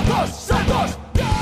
Santos, Santos!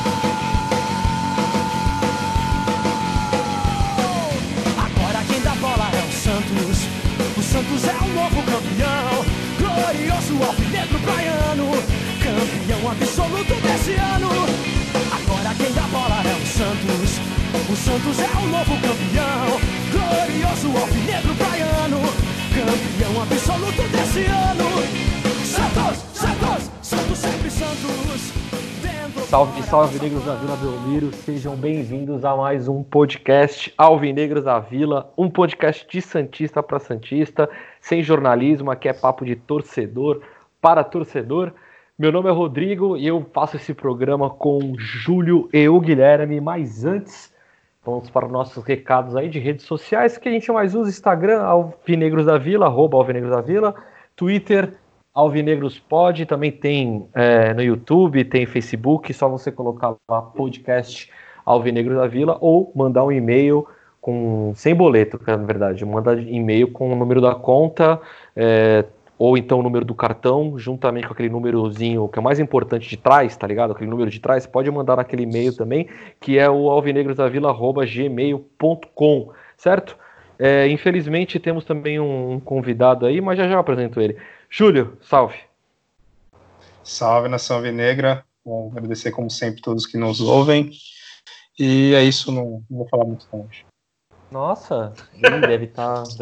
Agora quem dá bola é o Santos. O Santos é o novo campeão. Glorioso alvinegro praiano, campeão absoluto desse ano. Agora quem dá bola é o Santos. O Santos é o novo campeão. Glorioso alvinegro praiano, campeão absoluto desse ano. Santos, Santos, Santos sempre Santos. Salve, salve, negros da Vila Belmiro, sejam bem-vindos a mais um podcast Alvinegros da Vila, um podcast de Santista para Santista, sem jornalismo, aqui é papo de torcedor para torcedor. Meu nome é Rodrigo e eu faço esse programa com o Júlio e o Guilherme, mas antes, vamos para os nossos recados aí de redes sociais, que a gente mais usa: Instagram, Alvinegros da Vila, @Alvinegros da Vila, Twitter, Alvinegros Pod, também tem no YouTube, tem Facebook, só você colocar lá podcast Alvinegros da Vila ou mandar um e-mail sem boleto, na verdade, manda e-mail com o número da conta ou então o número do cartão, juntamente com aquele númerozinho que é o mais importante de trás, tá ligado? Aquele número de trás, pode mandar naquele e-mail também, que é o alvinegrosdavila@gmail.com, certo? Infelizmente temos também um convidado aí, mas já apresento ele. Júlio, salve. Salve, nação alvinegra. Bom, agradecer como sempre todos que nos ouvem. E é isso, não vou falar muito longe. Nossa, ele deve estar assim.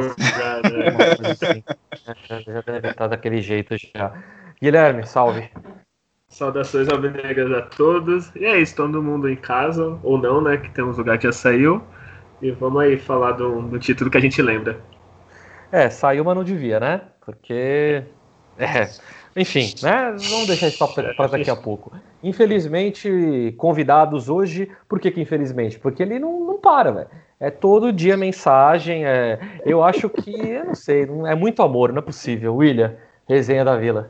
Já deve estar daquele jeito já. Guilherme, salve. Saudações alvinegras a todos. E é isso, todo mundo em casa, ou não, né? Que temos lugar que já saiu. E vamos aí falar do título que a gente lembra. Saiu, mas não devia, né? Porque... enfim, né? Vamos deixar isso para daqui a pouco. Infelizmente, convidados hoje... Por que infelizmente? Porque ele não para, velho. É todo dia mensagem. Eu acho que... Eu não sei, é muito amor, não é possível. William, resenha da Vila.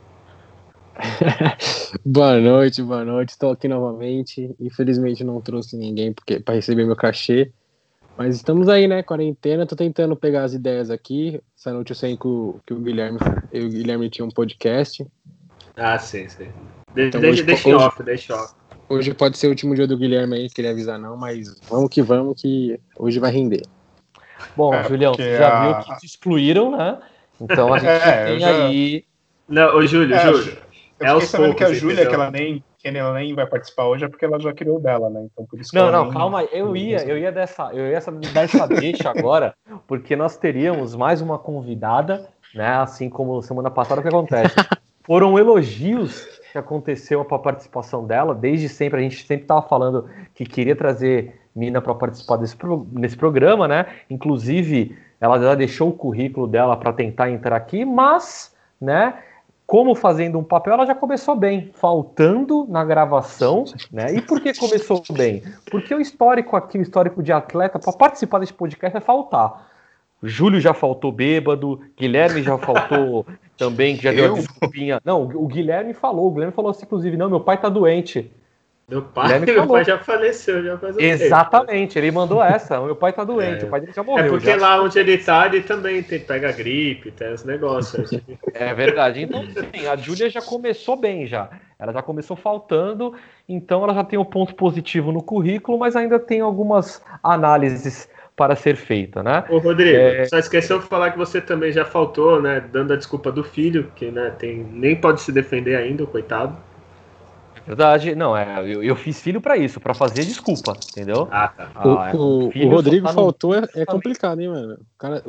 Boa noite. Estou aqui novamente. Infelizmente não trouxe ninguém para receber meu cachê. Mas estamos aí, né? Quarentena. Tô tentando pegar as ideias aqui. Essa noite eu sei que o Guilherme tinha um podcast. Ah, sim. Então, deixa off. Hoje pode ser o último dia do Guilherme aí, queria avisar não, mas vamos que hoje vai render. Bom, Julião, você já viu que te excluíram, né? Então a gente tem aí... Não, ô Júlio. Eu fiquei sabendo que a Júlia, entendeu? que ela nem vai participar hoje, é porque ela já criou dela, né? Então por isso que calma, eu ia dar essa deixa agora, porque nós teríamos mais uma convidada, né? Assim como semana passada, o que acontece? Foram elogios que aconteceu para a participação dela, desde sempre, a gente sempre estava falando que queria trazer mina para participar nesse programa, né? Inclusive, ela já deixou o currículo dela para tentar entrar aqui, mas, né? Como fazendo um papel, ela já começou bem, faltando na gravação, né? E por que começou bem? Porque o histórico de atleta, para participar desse podcast é faltar. Júlio já faltou bêbado, Guilherme já faltou também, que já deu a desculpinha. Não, o Guilherme falou assim, inclusive, não, meu pai tá doente. Meu pai já faleceu, já faz um tempo. Exatamente, ele mandou essa, meu pai tá doente, o pai dele já morreu. É porque lá onde ele tá, ele também pega gripe, tem esse negócio. É verdade, então sim, a Júlia já começou bem já, ela já começou faltando, então ela já tem um ponto positivo no currículo, mas ainda tem algumas análises para ser feita, né? Ô Rodrigo, só esqueceu de falar que você também já faltou, né, dando a desculpa do filho, que né, nem pode se defender ainda, o coitado. Verdade, não, eu fiz filho pra isso, pra fazer desculpa, entendeu? Ah, tá. O Rodrigo faltou, é complicado, hein, mano?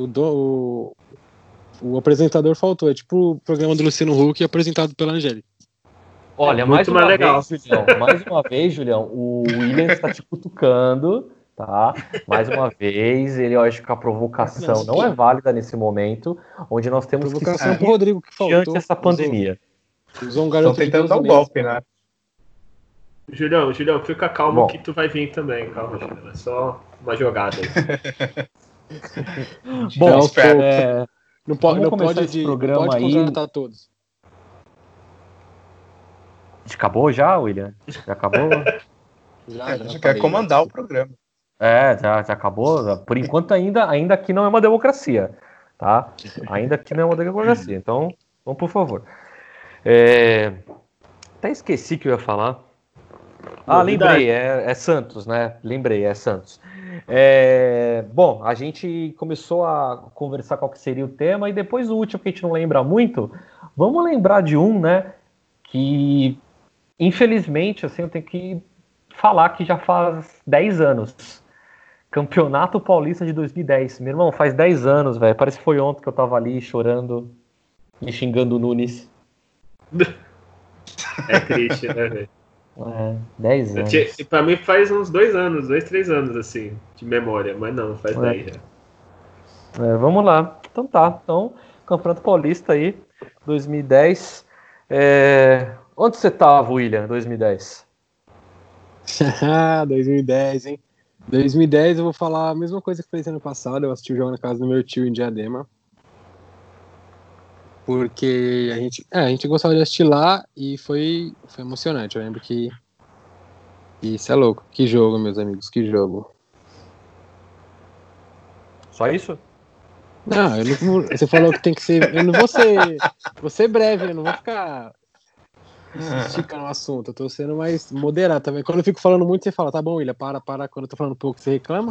O apresentador faltou, é tipo o programa do Luciano Huck apresentado pela Angélica. Olha, mais uma vez, Julião, o William está te cutucando, tá? Mais uma vez, eu acho que a provocação não é válida nesse momento, onde nós temos provocação pro Rodrigo que faltou diante dessa pandemia. Usou um garoto tentando dar um golpe, né? Julião, fica calmo. Bom, que tu vai vir também, calma, Julião. É só uma jogada aí. Bom, não pode contratar todos. Acabou já, William? Já acabou? já quer comandar o programa. Já acabou. Por enquanto ainda aqui não é uma democracia, tá? Ainda aqui não é uma democracia. Então, vamos por favor. Até esqueci que eu ia falar. Novidade. Lembrei, é Santos, né? Lembrei, é Santos. Bom, a gente começou a conversar qual que seria o tema, e depois o último que a gente não lembra muito, vamos lembrar de um, né? Que, infelizmente, assim, eu tenho que falar que já faz 10 anos. Campeonato Paulista de 2010. Meu irmão, faz 10 anos, velho. Parece que foi ontem que eu tava ali chorando e xingando o Nunes. É triste, né, velho? 10 anos. Pra mim faz uns 2 anos, 2, 3 anos, assim, de memória, mas não, faz 10 já. Vamos lá. Então tá. Então, Campeonato Paulista aí, 2010. Onde você tava, William, 2010? 2010, hein? 2010 eu vou falar a mesma coisa que falei ano passado. Eu assisti o jogo na casa do meu tio em Diadema. Porque a gente gostava de assistir lá e foi emocionante. Eu lembro que isso é louco. Que jogo, meus amigos, que jogo. Só isso? Não, você falou que tem que ser. Eu não vou ser breve, eu não vou ficar esticando o assunto. Eu tô sendo mais moderado também. Quando eu fico falando muito, você fala, tá bom, William, para. Quando eu tô falando pouco, você reclama?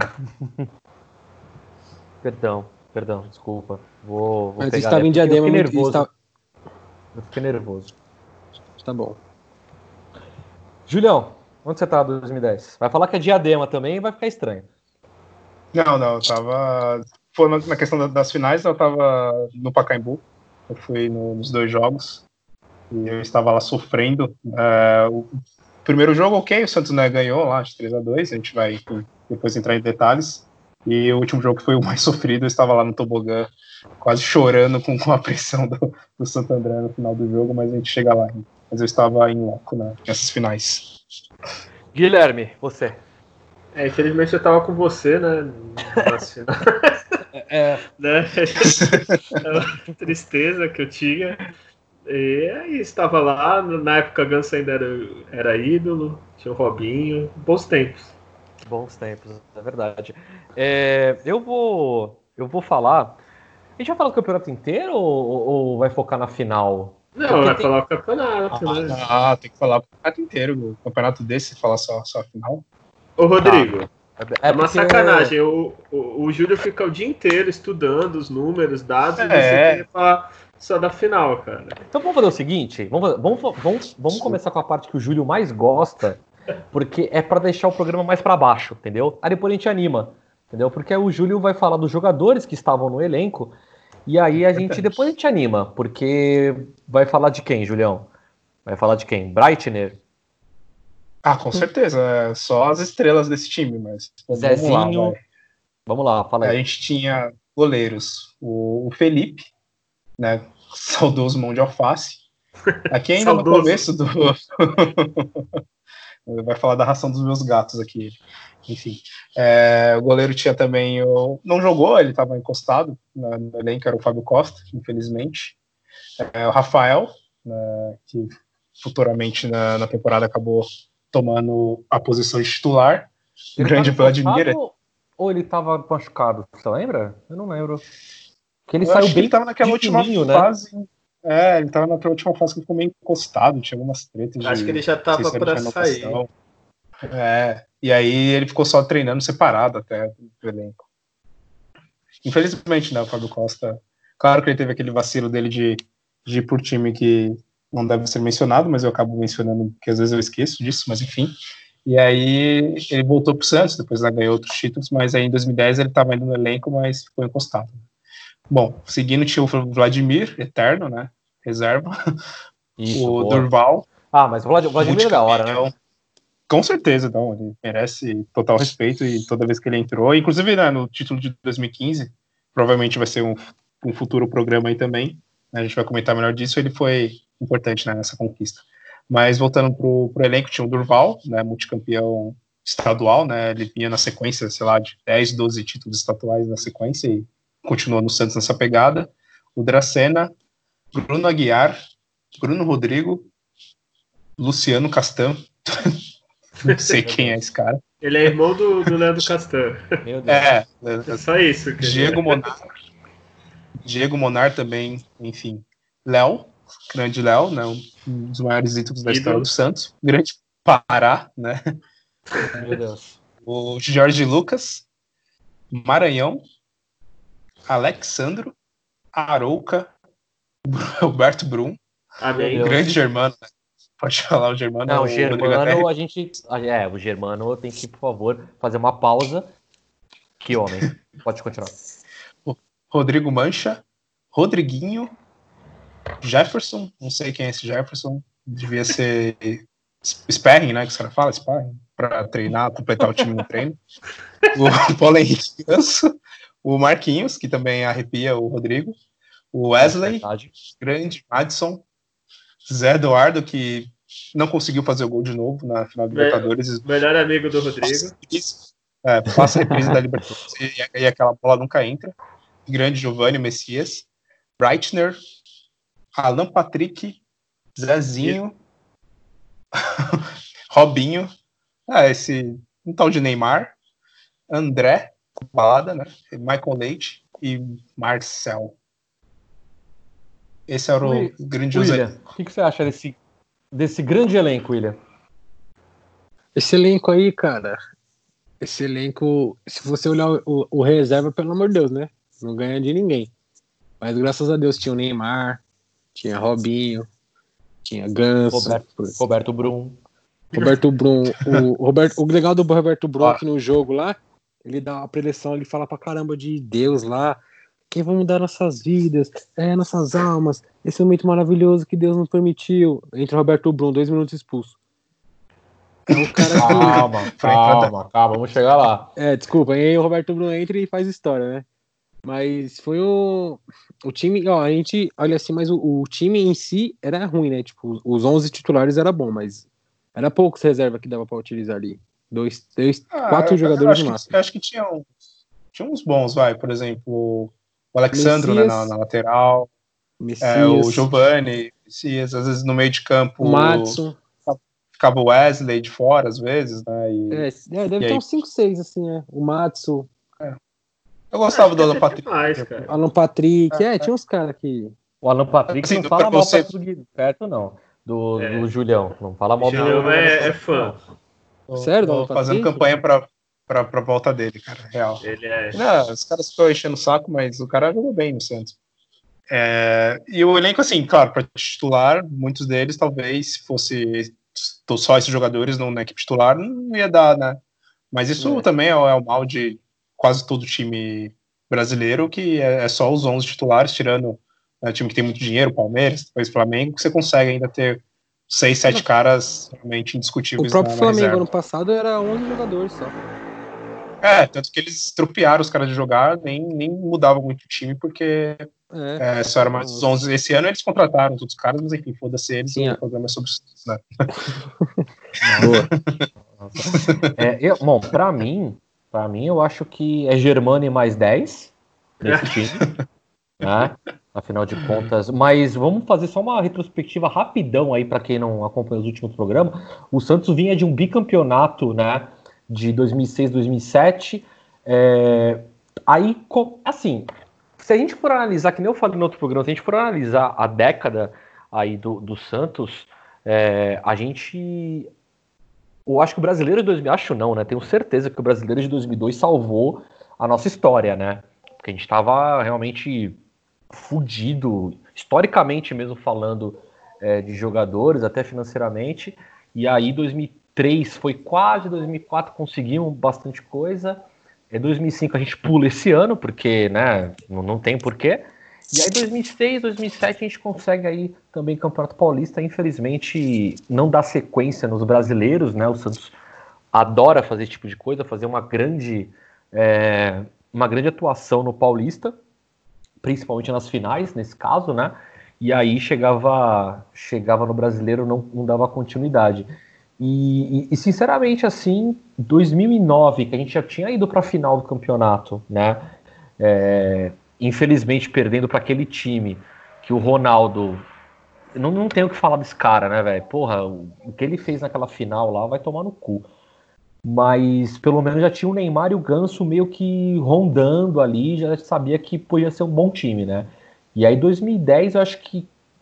Perdão, desculpa. Vou Mas pegar. estava em Diadema, eu fiquei nervoso. Tá bom. Julião, onde você tava em 2010? Vai falar que é Diadema também e vai ficar estranho. Não, eu tava... Foi na questão das finais, eu tava no Pacaembu. Eu fui nos 2 jogos. E eu estava lá sofrendo. O primeiro jogo, ok, o Santos, né, ganhou lá de 3-2. A gente vai depois entrar em detalhes. E o último jogo, que foi o mais sofrido, eu estava lá no tobogã, quase chorando com a pressão do Santo André no final do jogo, mas a gente chega lá. Mas eu estava em loco, né, nessas finais. Guilherme, você. Infelizmente eu tava com você, né? Nas finais. Né? É uma tristeza que eu tinha. E aí estava lá, na época Ganso ainda era ídolo, tinha o Robinho, bons tempos. Bons tempos, é verdade. Eu vou falar. A gente vai falar do campeonato inteiro ou vai focar na final? Não, vai falar o campeonato, né? Tem que falar o campeonato inteiro. O campeonato desse, falar só a final. Ô, Rodrigo, é uma porque... sacanagem. O Júlio fica o dia inteiro estudando os números, dados, e você quer falar só da final, cara. Então vamos fazer o seguinte, vamos começar com a parte que o Júlio mais gosta, porque é para deixar o programa mais para baixo, entendeu? Aí depois a gente anima, entendeu? Porque aí o Júlio vai falar dos jogadores que estavam no elenco, e aí depois a gente anima, porque vai falar de quem, Julião? Vai falar de quem? Breitner? Com certeza, só as estrelas desse time, mas Zezinho. Vamos lá, fala aí. A gente tinha goleiros, o Felipe, né, saudoso mão de alface. Aqui ainda no começo do... Vai falar da ração dos meus gatos aqui. Enfim, o goleiro tinha também... Não jogou, ele estava encostado no elenco, era o Fábio Costa, infelizmente. O Rafael, né, que futuramente na temporada acabou tomando a posição de titular. O grande Vladimir. Ou ele estava machucado, você lembra? Eu não lembro. Que ele eu saiu acho bem que ele tava naquela última fase, né? Ele tava naquela última fase que ficou meio encostado, tinha algumas tretas. Acho que ele já tava pra sair. E aí ele ficou só treinando separado até do elenco. Infelizmente, né, o Fábio Costa, claro que ele teve aquele vacilo dele de ir por time que não deve ser mencionado, mas eu acabo mencionando porque às vezes eu esqueço disso, mas enfim. E aí ele voltou pro Santos, depois ganhou outros títulos, mas aí em 2010 ele tava indo no elenco, mas ficou encostado. Bom, seguindo tinha o Vladimir, eterno, né? Reserva. Isso, Durval. Mas o Vladimir é da hora, né? Com certeza, não. Ele merece total respeito e toda vez que ele entrou, inclusive, né, no título de 2015, provavelmente vai ser um futuro programa aí também. A gente vai comentar melhor disso. Ele foi importante, né, nessa conquista. Mas voltando pro elenco, tinha o Durval, né, multicampeão estadual, né? Ele vinha na sequência, sei lá, de 10, 12 títulos estaduais na sequência e continuou no Santos nessa pegada. O Dracena, Bruno Aguiar, Bruno Rodrigo, Luciano Castan. Não sei quem é esse cara. Ele é irmão do Leandro Castan. Meu Deus. É só isso. Diego Monar também, enfim. Léo, grande Léo, né, um dos maiores ídolos da história do Santos, grande Pará, né? Meu Deus. O Jorge Lucas, Maranhão, Alexandro, Arouca, Roberto Brum, grande Germano, né? Pode falar o Germano. Não, o Germano, o Germano tem que, por favor, fazer uma pausa. Que homem. Pode continuar. Rodrigo Mancha, Rodriguinho, Jefferson, não sei quem é esse Jefferson, devia ser sparring, né, que os caras falam, sparring, para treinar, completar o time no treino. O Paulo Henrique Ganso, o Marquinhos, que também arrepia o Rodrigo, o Wesley, grande, Madison, Zé Eduardo, que não conseguiu fazer o gol de novo na final da Libertadores. Melhor amigo do Rodrigo. Passa a reprise da Libertadores e aquela bola nunca entra. Grande Giovanni Messias, Breitner, Alan Patrick, Zezinho, Robinho, um tal de Neymar, André, balada, né? Michael Leite e Marcel. Esse era o grandioso. William, o que você acha desse grande elenco, William? Esse elenco aí, cara, se você olhar o reserva, pelo amor de Deus, né? Não ganha de ninguém. Mas graças a Deus tinha o Neymar, tinha Robinho, tinha Ganso, Roberto Brum. O legal do Roberto Brum que no jogo lá, ele dá uma preleção, ele fala pra caramba de Deus lá, quem vai mudar nossas vidas, nossas almas, esse momento maravilhoso que Deus nos permitiu. Entra o Roberto Brum, 2 minutos expulso. É um cara que... Calma, vamos chegar lá. Desculpa, aí o Roberto Brum entra e faz história, né? Mas foi o time, a gente olha assim, mas o time em si era ruim, né? Tipo, os 11 titulares era bom, mas era poucos reserva que dava pra utilizar ali. 4 jogadores no máximo. Eu acho que tinha uns bons, por exemplo, o Alexandro, né, na lateral, o Giovanni, Messias, às vezes no meio de campo, o Madison. Ficava o Wesley de fora, às vezes, né? Deve ter uns 5, 6, assim, o Madison. Eu gostava do Alan Patrick. Alan Patrick, tinha uns caras que... O Alan Patrick assim, não fala mal perto, não. Do Julião. Não fala mal do Julião. É fã. Sério, Tô fazendo campanha pra volta dele, cara. Real. Ele é... Não, os caras ficam enchendo o saco, mas o cara jogou bem no Santos. E o elenco, assim, claro, para titular, muitos deles, talvez, se fosse só esses jogadores na equipe titular, não ia dar, né? Mas isso também é o mal de quase todo time brasileiro, que é só os 11 titulares, tirando time que tem muito dinheiro, Palmeiras, depois Flamengo, que você consegue ainda ter 6, 7 caras realmente indiscutíveis. O próprio Flamengo ano passado era 11 jogadores só. Tanto que eles estropiaram os caras de jogar, nem mudavam muito o time, porque só era mais os 11. Esse ano eles contrataram todos os caras, mas enfim, foda-se eles, o programa é sobre isso, né? Bom, pra mim, eu acho que é Germani mais 10 nesse time, né? Afinal de contas. Mas vamos fazer só uma retrospectiva rapidão aí para quem não acompanha os últimos programas. O Santos vinha de um bicampeonato, né? De 2006, 2007. Aí, assim, se a gente for analisar, que nem eu falei no outro programa, se a gente for analisar a década aí do Santos, a gente... Eu acho que o brasileiro de 2000, acho não, né? Tenho certeza que o brasileiro de 2002 salvou a nossa história, né? Porque a gente estava realmente fudido, historicamente mesmo falando, de jogadores, até financeiramente. E aí 2003 foi quase, 2004 conseguimos bastante coisa. 2005 a gente pula esse ano, porque, né, não tem porquê. E aí 2006, 2007 a gente consegue aí também Campeonato Paulista. Infelizmente não dá sequência nos brasileiros, né? O Santos adora fazer esse tipo de coisa, fazer uma grande atuação no Paulista, principalmente nas finais, nesse caso, né? E aí chegava no brasileiro, não dava continuidade. E sinceramente, assim, 2009, que a gente já tinha ido para a final do campeonato, né? Infelizmente perdendo para aquele time que o Ronaldo... Não tenho o que falar desse cara, né, velho? Porra, o que ele fez naquela final lá vai tomar no cu. Mas pelo menos já tinha o Neymar e o Ganso meio que rondando ali, já sabia que podia ser um bom time, né? E aí 2010 eu acho que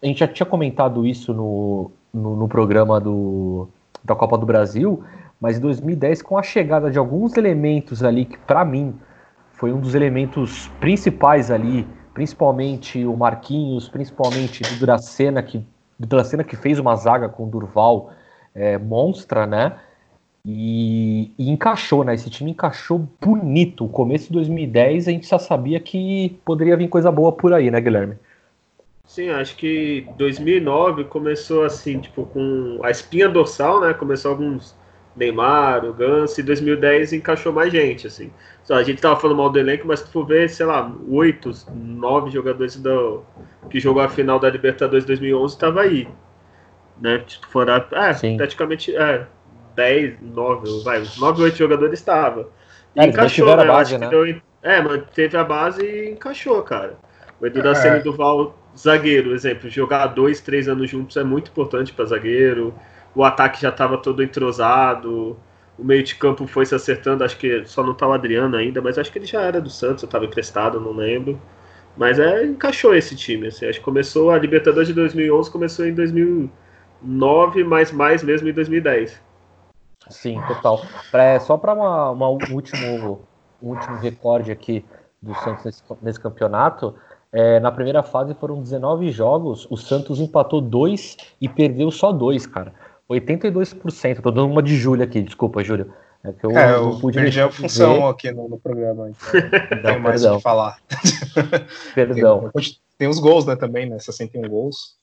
a gente já tinha comentado isso no programa da Copa do Brasil, mas em 2010, com a chegada de alguns elementos ali, que para mim foi um dos elementos principais ali, principalmente o Marquinhos, principalmente o Dracena, que fez uma zaga com o Durval monstra, né? E encaixou, né? Esse time encaixou bonito. O começo de 2010 a gente já sabia que poderia vir coisa boa por aí, né, Guilherme? Sim, acho que 2009 começou assim, tipo, com a espinha dorsal, né? Começou alguns Neymar, o Ganso, e 2010 encaixou mais gente, assim. Só, a gente tava falando mal do elenco, mas se tu for ver, sei lá, 8, 9 jogadores que jogou a final da Libertadores 2011 tava aí, né? Tipo, praticamente 10, 9, vai, os 9, 8 jogadores estavam. E encaixou, né? A base, né? Manteve a base e encaixou, cara. O Edu Dracena e Durval, zagueiro, exemplo, jogar 2, 3 anos juntos é muito importante para zagueiro. O ataque já estava todo entrosado, o meio de campo foi se acertando, acho que só não tá o Adriano ainda, mas acho que ele já era do Santos, eu estava emprestado, não lembro. Mas encaixou esse time, assim, acho que começou a Libertadores de 2011, começou em 2009, mas mais mesmo em 2010. Sim, total. Só para um último recorde aqui do Santos nesse campeonato, na primeira fase foram 19 jogos, o Santos empatou 2 e perdeu só 2, cara. 82%. Tô dando uma de Júlio aqui, desculpa, Júlio. Eu não pude perdi a função aqui no programa, então não tenho mais o que falar. Perdão. Tem os gols, né, também, né? 61 gols.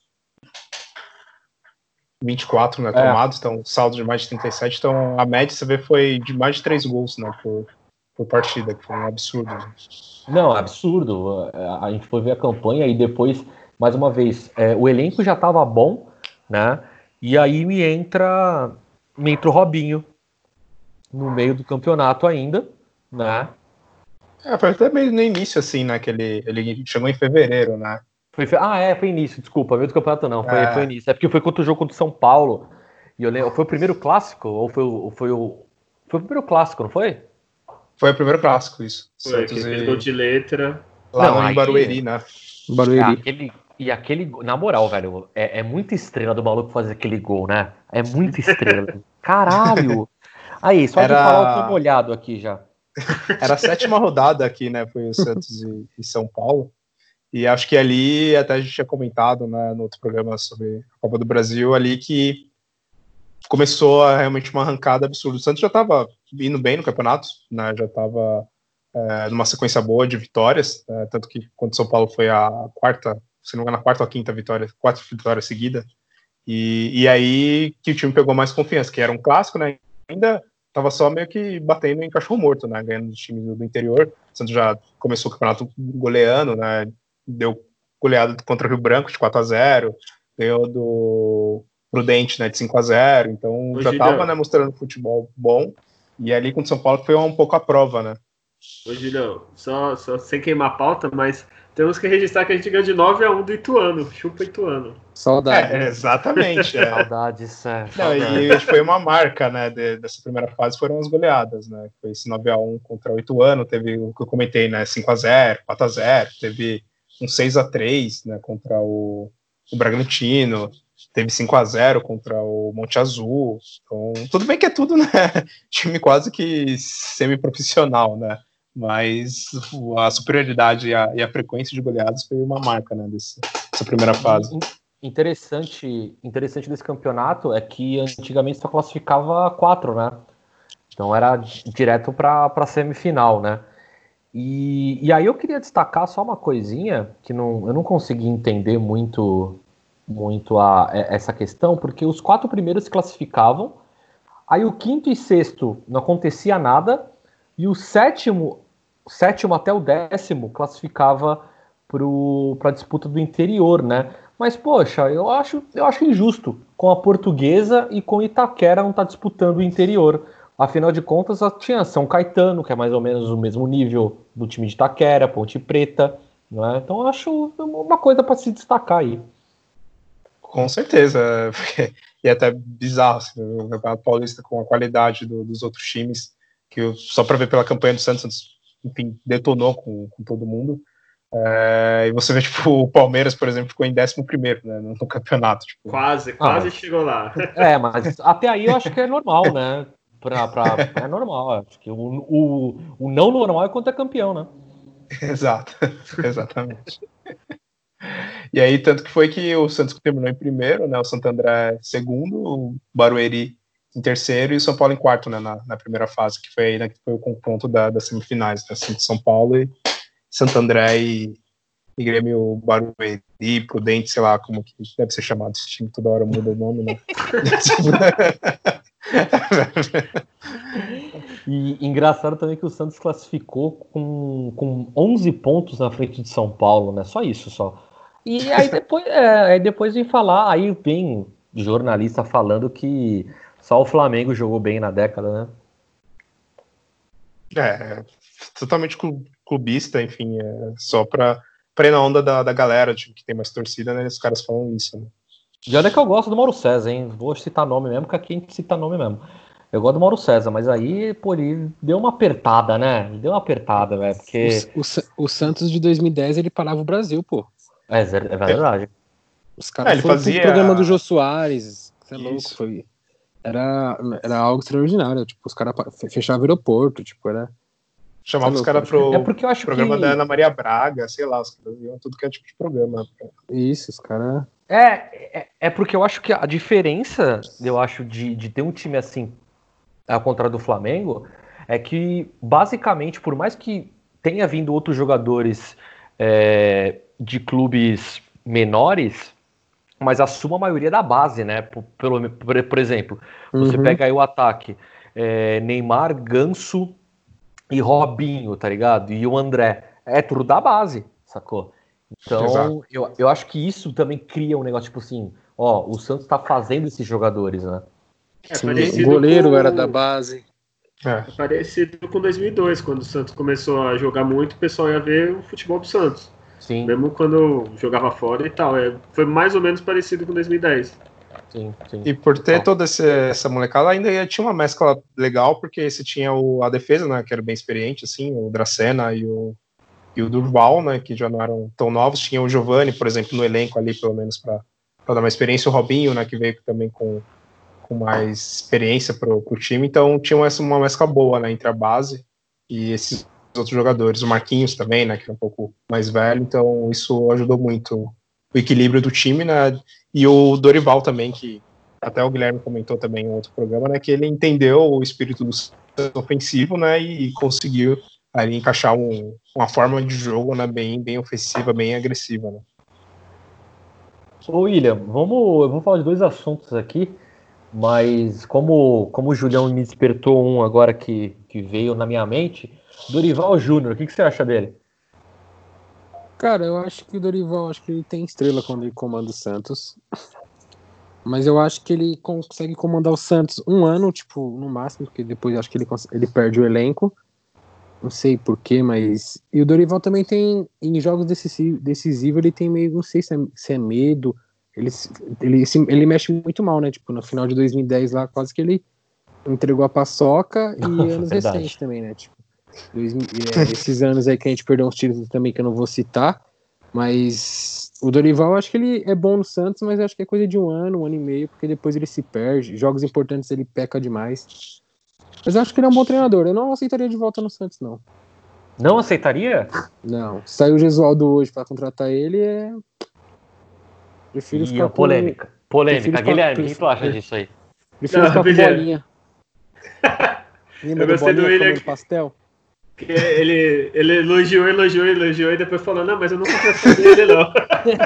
24, né, tomados, então saldo de mais de 37, então a média, você vê, foi de mais de 3 gols, né, por partida, que foi um absurdo. Né? Não, absurdo. A gente foi ver a campanha e depois, mais uma vez, o elenco já estava bom, né, e aí me entra o Robinho no meio do campeonato ainda, né. Foi até meio no início, assim, né, que ele chegou em fevereiro, né. Foi início, desculpa, meio do campeonato não, foi início. É porque foi contra o jogo contra o São Paulo. E eu lembro, foi o primeiro clássico? Ou foi o primeiro clássico, não foi? Foi o primeiro clássico, isso. Foi, Santos que gol de letra. Lá em Barueri, né? Barueri. Aquele, na moral, velho, é muita estrela do maluco fazer aquele gol, né? É muita estrela. Caralho! Aí, só de falar, eu tô molhado aqui já. Era a 7ª rodada aqui, né? Foi o Santos e São Paulo. E acho que ali, até a gente tinha comentado, né, no outro programa sobre a Copa do Brasil, ali que começou realmente uma arrancada absurda. O Santos já estava indo bem no campeonato, né, já estava numa sequência boa de vitórias, tanto que quando o São Paulo foi a quarta, se não me engano, a quarta ou a quinta vitória, 4 vitórias seguidas, e aí que o time pegou mais confiança, que era um clássico, né, ainda estava só meio que batendo em cachorro morto, né, ganhando os times do interior. O Santos já começou o campeonato goleando, né, deu goleada contra o Rio Branco de 4-0, ganhou do Prudente, né, de 5-0, então já estava, né, mostrando futebol bom, e ali com o São Paulo foi um pouco a prova, né. Ô, Julião, só sem queimar a pauta, mas temos que registrar que a gente ganhou de 9-1 do Ituano, chupa Ituano. Saudade. Exatamente. Saudades, E foi uma marca, né, dessa primeira fase, foram as goleadas, né, foi esse 9-1 contra o Ituano, teve o que eu comentei, né, 5-0, 4-0, teve um 6-3, né, contra o Bragantino, teve 5-0 contra o Monte Azul, então, tudo bem que é tudo, né, time quase que semi-profissional, né, mas a superioridade e a frequência de goleadas foi uma marca, né, dessa primeira fase. Interessante desse campeonato é que antigamente só classificava 4, né, então era direto para semifinal, né. E aí eu queria destacar só uma coisinha que eu não consegui entender muito essa questão, porque os 4 primeiros se classificavam, aí o 5º e 6º não acontecia nada, e o sétimo até o 10º classificava para a disputa do interior, né? Mas, poxa, eu acho injusto com a Portuguesa e com Itaquera não estar disputando o interior. Afinal de contas, tinha São Caetano, que é mais ou menos o mesmo nível do time de Itaquera, Ponte Preta, né? Então eu acho uma coisa para se destacar aí. Com certeza, e é até bizarro assim, o Campeonato Paulista com a qualidade dos outros times, que só para ver pela campanha do Santos, enfim, detonou com todo mundo, E você vê, tipo, o Palmeiras, por exemplo, ficou em 11º, né, no campeonato. Tipo. Quase chegou lá. Mas até aí eu acho que é normal, né? É normal. Acho que o não normal é quando é campeão, né? Exato, exatamente. E aí, tanto que foi que o Santos terminou em primeiro, né? O Santo André segundo, o Barueri em terceiro e o São Paulo em quarto, né? Na primeira fase, que foi aí, né, que foi o confronto das semifinais, né, assim, de São Paulo e Santo André e Grêmio Barueri, Prudente, sei lá como que deve ser chamado esse time, toda hora muda o nome, né? E engraçado também que o Santos classificou com 11 pontos na frente de São Paulo, né? Só isso, só. E aí depois vem falar, aí vem jornalista falando que só o Flamengo jogou bem na década, né? Totalmente clubista, enfim, só pra ir na onda da galera, tipo, que tem mais torcida, né? Os caras falam isso, né? E olha que eu gosto do Mauro César, hein? Vou citar nome mesmo, porque aqui a gente cita nome mesmo. Eu gosto do Mauro César, mas aí, pô, ele deu uma apertada, né? Deu uma apertada, velho, porque... O Santos de 2010, ele parava o Brasil, pô. É verdade. Os caras foram pro programa do Jô Soares, você é louco, foi... Era algo extraordinário, tipo, os caras fechavam o aeroporto, tipo, era... Chamava os caras pro porque eu acho programa da Ana Maria Braga, sei lá, os caras viam tudo que é tipo de programa. Isso, os caras... É porque eu acho que a diferença, eu acho, de ter um time assim, ao contrário do Flamengo, é que, basicamente, por mais que tenha vindo outros jogadores de clubes menores, mas a suma maioria da base, né? Por exemplo, você pega aí o ataque, Neymar, Ganso e Robinho, tá ligado? E o André. É tudo da base, sacou? Então, eu acho que isso também cria um negócio, tipo assim, ó, o Santos tá fazendo esses jogadores, né? O goleiro era da base. É parecido com 2002, quando o Santos começou a jogar muito, o pessoal ia ver o futebol do Santos. Sim. Mesmo quando jogava fora e tal. Foi mais ou menos parecido com 2010. Sim. E por ter toda essa molecada, ainda tinha uma mescla legal, porque você tinha a defesa, né, que era bem experiente, assim, o Dracena e o Durval, né, que já não eram tão novos. Tinha o Giovani, por exemplo, no elenco ali, pelo menos para dar uma experiência. O Robinho, né, que veio também com mais experiência pro time. Então tinha uma mescla boa, né, entre a base e esses outros jogadores. O Marquinhos também, né, que é um pouco mais velho. Então isso ajudou muito o equilíbrio do time, né. E o Dorival também, que até o Guilherme comentou também em outro programa, né, que ele entendeu o espírito do ofensivo, né, e conseguiu ali encaixar uma forma de jogo, né, bem ofensiva, bem agressiva, né. Ô William, vamos falar de dois assuntos aqui, mas como o Julião me despertou um agora que veio na minha mente, Dorival Júnior, o que você acha dele? Cara, eu acho que o Dorival, ele tem estrela quando ele comanda o Santos. Mas eu acho que ele consegue comandar o Santos um ano, tipo, no máximo, porque depois eu acho que ele perde o elenco. Não sei porquê, mas... E o Dorival também tem, em jogos decisivos, ele tem meio, não sei se é medo. Ele mexe muito mal, né? Tipo, no final de 2010 lá, quase que ele entregou a paçoca e anos recentes também, né? Tipo, esses anos aí que a gente perdeu uns títulos também que eu não vou citar, mas o Dorival, eu acho que ele é bom no Santos, mas eu acho que é coisa de um ano e meio, porque depois ele se perde, jogos importantes ele peca demais, mas eu acho que ele é um bom treinador. Eu não aceitaria de volta no Santos, não. Não aceitaria? Não, saiu o Gesualdo hoje pra contratar ele, prefiro ficar com... polêmica, Guilherme, o que tu acha disso aí? Prefiro ficar com bolinha. Eu gostei do William pastel. Que ele elogiou e depois falou, não, mas eu não contratei ele, não.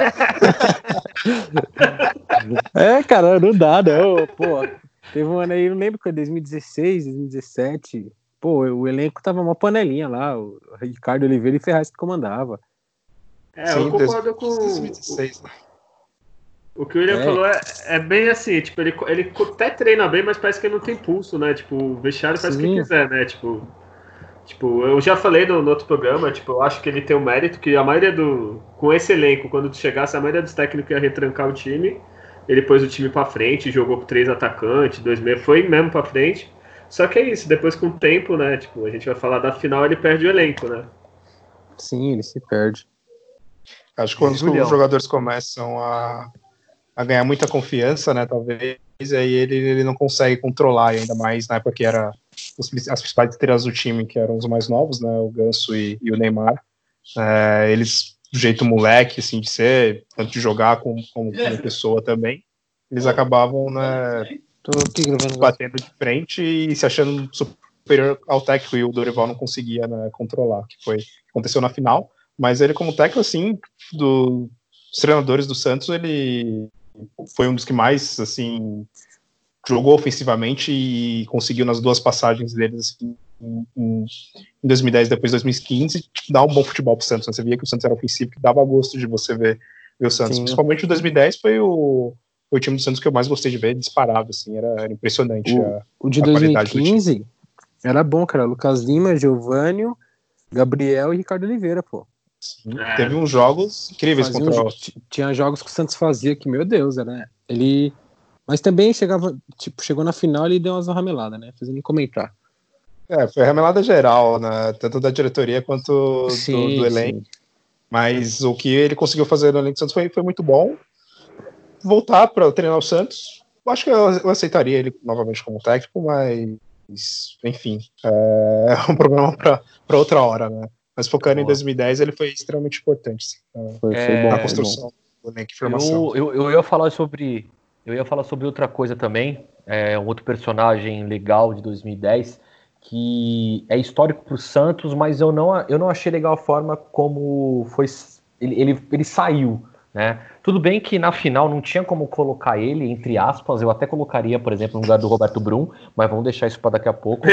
Cara, não dá, não. Pô, teve um ano aí, não lembro que foi 2016, 2017. Pô, o elenco tava uma panelinha lá. O Ricardo Oliveira e Ferraz que comandava. Eu concordo com 2016, né? O que o William falou é bem assim, tipo, ele até treina bem, mas parece que ele não tem pulso, né? Tipo, o vestiário faz o que quiser, né? Tipo, eu já falei no outro programa, tipo, eu acho que ele tem o mérito que a maioria com esse elenco, quando tu chegasse, a maioria dos técnicos ia retrancar o time, ele pôs o time pra frente, jogou com 3 atacantes, 2 meios, foi mesmo pra frente. Só que é isso, depois com o tempo, né? Tipo, a gente vai falar da final, ele perde o elenco, né? Sim, ele se perde. Acho que quando os jogadores começam a ganhar muita confiança, né, talvez, aí ele não consegue controlar, ainda mais na época que era as principais estrelas do time, que eram os mais novos, né, o Ganso e o Neymar, eles, do jeito moleque, assim, de ser, tanto de jogar como pessoa também, eles acabavam, né, batendo de frente e se achando superior ao técnico, e o Dorival não conseguia, né, controlar, que foi o que aconteceu na final. Mas ele, como técnico, assim, dos treinadores do Santos, ele foi um dos que mais, assim, jogou ofensivamente e conseguiu nas duas passagens deles, assim, em 2010 e depois de 2015, dar um bom futebol pro Santos. Você via que o Santos era ofensivo, que dava gosto de você ver o Santos. Sim. Principalmente o 2010 foi o time do Santos que eu mais gostei de ver, disparado, assim, era impressionante o de 2015 era bom, cara. Lucas Lima, Giovânio, Gabriel e Ricardo Oliveira, pô. Sim, teve uns jogos incríveis contra tinha jogos que o Santos fazia que, meu Deus, né? Mas também chegou na final e deu umas rameladas, né? Fazendo nem comentar. Foi ramelada geral, né? Tanto da diretoria quanto do elenco. Sim. Mas o que ele conseguiu fazer no elenco do Santos foi muito bom. Voltar para treinar o Santos, acho que eu aceitaria ele novamente como técnico, mas enfim, é um problema para outra hora, né? Mas focando em 2010, ele foi extremamente importante. Foi bom na construção do elenco e formação. Eu ia falar sobre outra coisa também, um outro personagem legal de 2010, que é histórico para o Santos, mas eu não achei legal a forma como foi ele saiu, né? Tudo bem que na final não tinha como colocar ele, entre aspas, eu até colocaria, por exemplo, no lugar do Roberto Brum, mas vamos deixar isso para daqui a pouco.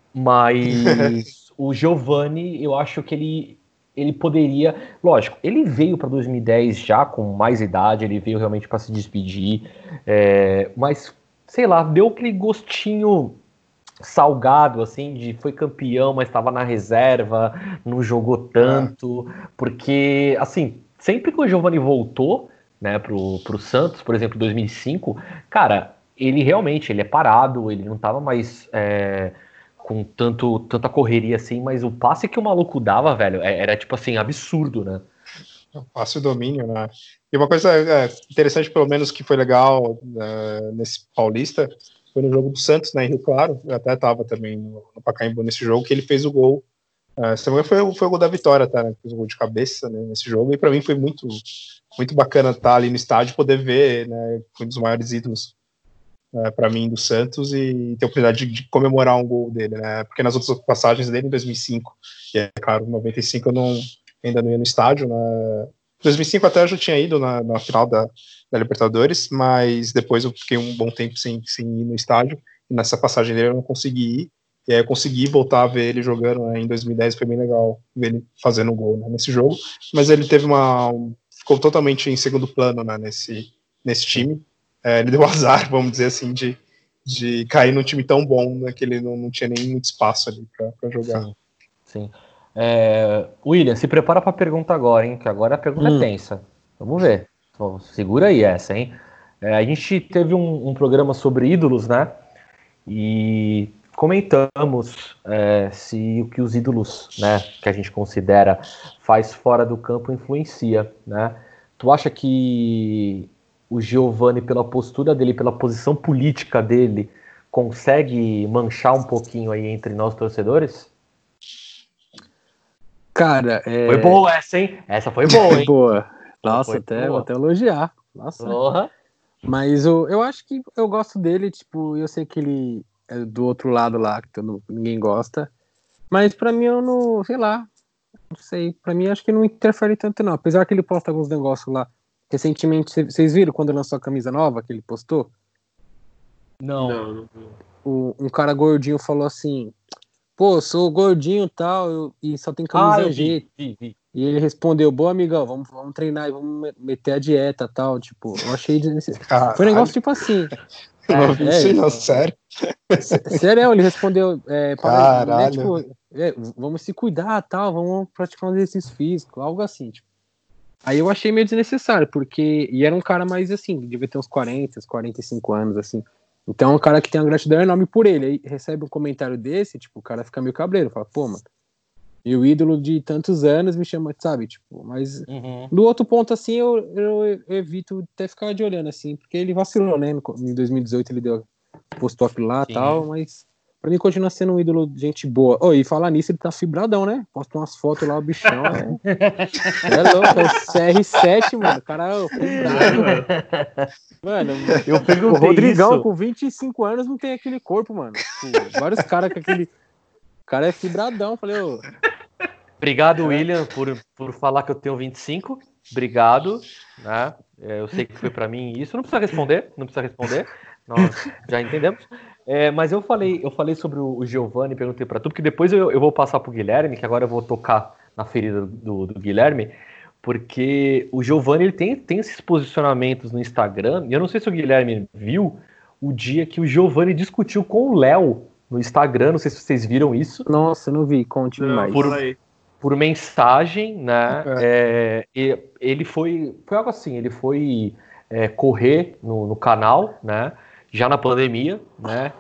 Mas o Giovani, eu acho que ele poderia... Lógico, ele veio para 2010 já com mais idade, ele veio realmente para se despedir, mas, sei lá, deu aquele gostinho salgado, assim, foi campeão, mas estava na reserva, não jogou tanto, porque, assim, sempre que o Giovani voltou, né, pro Santos, por exemplo, em 2005, cara, ele realmente, ele é parado, ele não estava mais... com tanta correria assim, mas o passe que o maluco dava, velho, era tipo assim, absurdo, né? O passe e o domínio, né? E uma coisa interessante, pelo menos, que foi legal nesse Paulista, foi no jogo do Santos, né, em Rio Claro, eu até tava também no Pacaembu nesse jogo, que ele fez o gol. Foi o gol da vitória, tá, né? Fez o gol de cabeça, né, nesse jogo, e pra mim foi muito, muito bacana estar ali no estádio, poder ver, né, foi um dos maiores ídolos para mim do Santos e ter a oportunidade de comemorar um gol dele, né? Porque nas outras passagens dele em 2005 e claro, em 95 eu ainda não ia no estádio, né? Em 2005 até eu já tinha ido na final da Libertadores, mas depois eu fiquei um bom tempo sem ir no estádio e nessa passagem dele eu não consegui ir, e aí eu consegui voltar a ver ele jogando, né? Em 2010 foi bem legal ver ele fazendo um gol, né, nesse jogo, mas ele teve ficou totalmente em segundo plano, né, nesse time. Ele deu azar, vamos dizer assim, de cair num time tão bom, né, que ele não tinha nem muito espaço ali para jogar. Sim. William, se prepara para a pergunta agora, hein? Que agora a pergunta é tensa. Vamos ver. Segura aí essa, hein? A gente teve um programa sobre ídolos, né? E comentamos se o que os ídolos, né, que a gente considera faz fora do campo influencia, né? Tu acha que o Giovani, pela postura dele, pela posição política dele, consegue manchar um pouquinho aí entre nós torcedores? Cara, foi boa essa, hein? Essa foi boa, hein? Boa. Nossa, vou até elogiar. Nossa. Porra. Mas eu acho que eu gosto dele, tipo, eu sei que ele é do outro lado lá, que ninguém gosta. Mas pra mim eu não, sei lá, não sei. Pra mim acho que não interfere tanto não. Apesar que ele posta alguns negócios lá. Recentemente, vocês viram quando lançou a camisa nova que ele postou? Não. Um cara gordinho falou assim: pô, sou gordinho e tal, e só tem camisa G. Vi. E ele respondeu: boa, amigão, vamos treinar e vamos meter a dieta e tal. Tipo, eu achei desnecessário. Foi um negócio tipo assim. Não vi isso não, sério. Sério, ele respondeu: caralho. Né, tipo, vamos se cuidar tal, vamos praticar um exercício físico, algo assim, tipo. Aí eu achei meio desnecessário, porque... E era um cara mais, assim, devia ter uns 40, 45 anos, assim. Então é um cara que tem uma gratidão enorme por ele. Aí recebe um comentário desse, tipo, o cara fica meio cabreiro. Fala, pô, mano, E o ídolo de tantos anos me chama, sabe? Tipo, mas do outro ponto, assim, eu evito até ficar de olhando, assim, porque ele vacilou, né? Em 2018 ele postou aquilo lá e tal, mas pra mim continua sendo um ídolo de gente boa. Oh, e falar nisso, ele tá fibradão, né? Posta umas fotos lá, o bichão é louco, é o CR7, mano. O cara é fibrado. Mano, eu perguntei o Rodrigão isso. Com 25 anos não tem aquele corpo, mano. Tipo, vários caras com aquele... O cara é fibradão, falei, ô... Obrigado, William, por falar que eu tenho 25. Obrigado, né? Eu sei que foi pra mim isso. Não precisa responder. Nós já entendemos. Mas eu falei sobre o Giovanni, perguntei pra tu, porque depois eu vou passar pro Guilherme, que agora eu vou tocar na ferida do Guilherme, porque o Giovanni ele tem esses posicionamentos no Instagram, e eu não sei se o Guilherme viu o dia que o Giovanni discutiu com o Léo no Instagram, não sei se vocês viram isso. Nossa, eu não vi, conte-me mais. Por mensagem, né? Ele foi algo assim, ele foi correr no canal, né? Já na pandemia, né?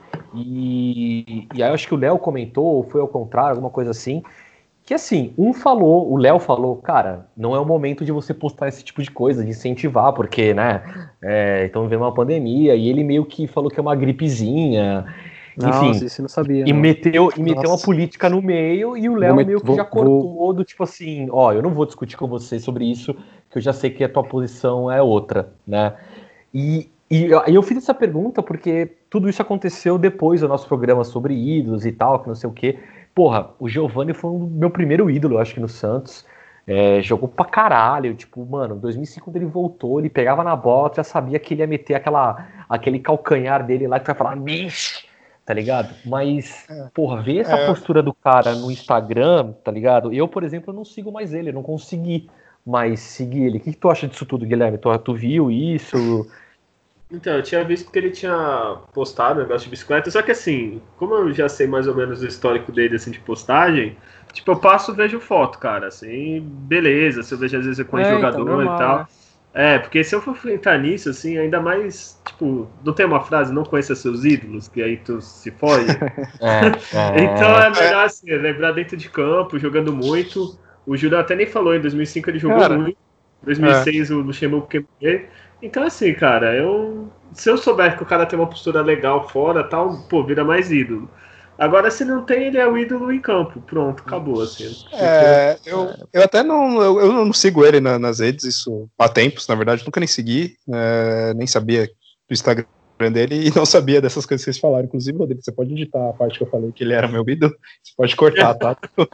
E aí eu acho que o Léo comentou, ou foi ao contrário, alguma coisa assim, que assim, o Léo falou, cara, não é o momento de você postar esse tipo de coisa, de incentivar, porque, né? Estamos vivendo uma pandemia, e ele meio que falou que é uma gripezinha. Enfim, nossa, isso eu não sabia. E meteu uma política no meio, e o Léo meio que já cortou do tipo assim, ó, eu não vou discutir com você sobre isso, que eu já sei que a tua posição é outra, né? E eu fiz essa pergunta porque tudo isso aconteceu depois do nosso programa sobre ídolos e tal, que não sei o quê. Porra, o Giovanni foi o meu primeiro ídolo, eu acho que no Santos. Jogou pra caralho, tipo, mano, em 2005 quando ele voltou, ele pegava na bola, já sabia que ele ia meter aquele calcanhar dele lá, que vai falar, Mish! Tá ligado? Mas, porra, ver essa postura do cara no Instagram, tá ligado? Eu, por exemplo, não sigo mais ele, eu não consegui mais seguir ele. O que tu acha disso tudo, Guilherme? Tu viu isso? Então, eu tinha visto que ele tinha postado um negócio de bicicleta, só que assim, como eu já sei mais ou menos o histórico dele, assim, de postagem, tipo, eu passo e vejo foto, cara, assim, beleza, se eu vejo às vezes com jogador então, normal, e tal. Porque se eu for entrar nisso, assim, ainda mais, tipo, não tem uma frase, não conheça seus ídolos, que aí tu se foge. Então é melhor, assim, lembrar dentro de campo, jogando muito. O Júlio até nem falou, em 2005 ele jogou muito, em 2006 o Luxemburgo quebrou. Então, assim, cara, se eu souber que o cara tem uma postura legal fora, tal, pô, vira mais ídolo. Agora, se não tem, ele é o ídolo em campo. Pronto, acabou, assim. Eu até não sigo ele nas redes, isso há tempos, na verdade, nunca nem segui, nem sabia do Instagram dele e não sabia dessas coisas que vocês falaram. Inclusive, Rodrigo, você pode editar a parte que eu falei que ele era meu ídolo, você pode cortar, tá?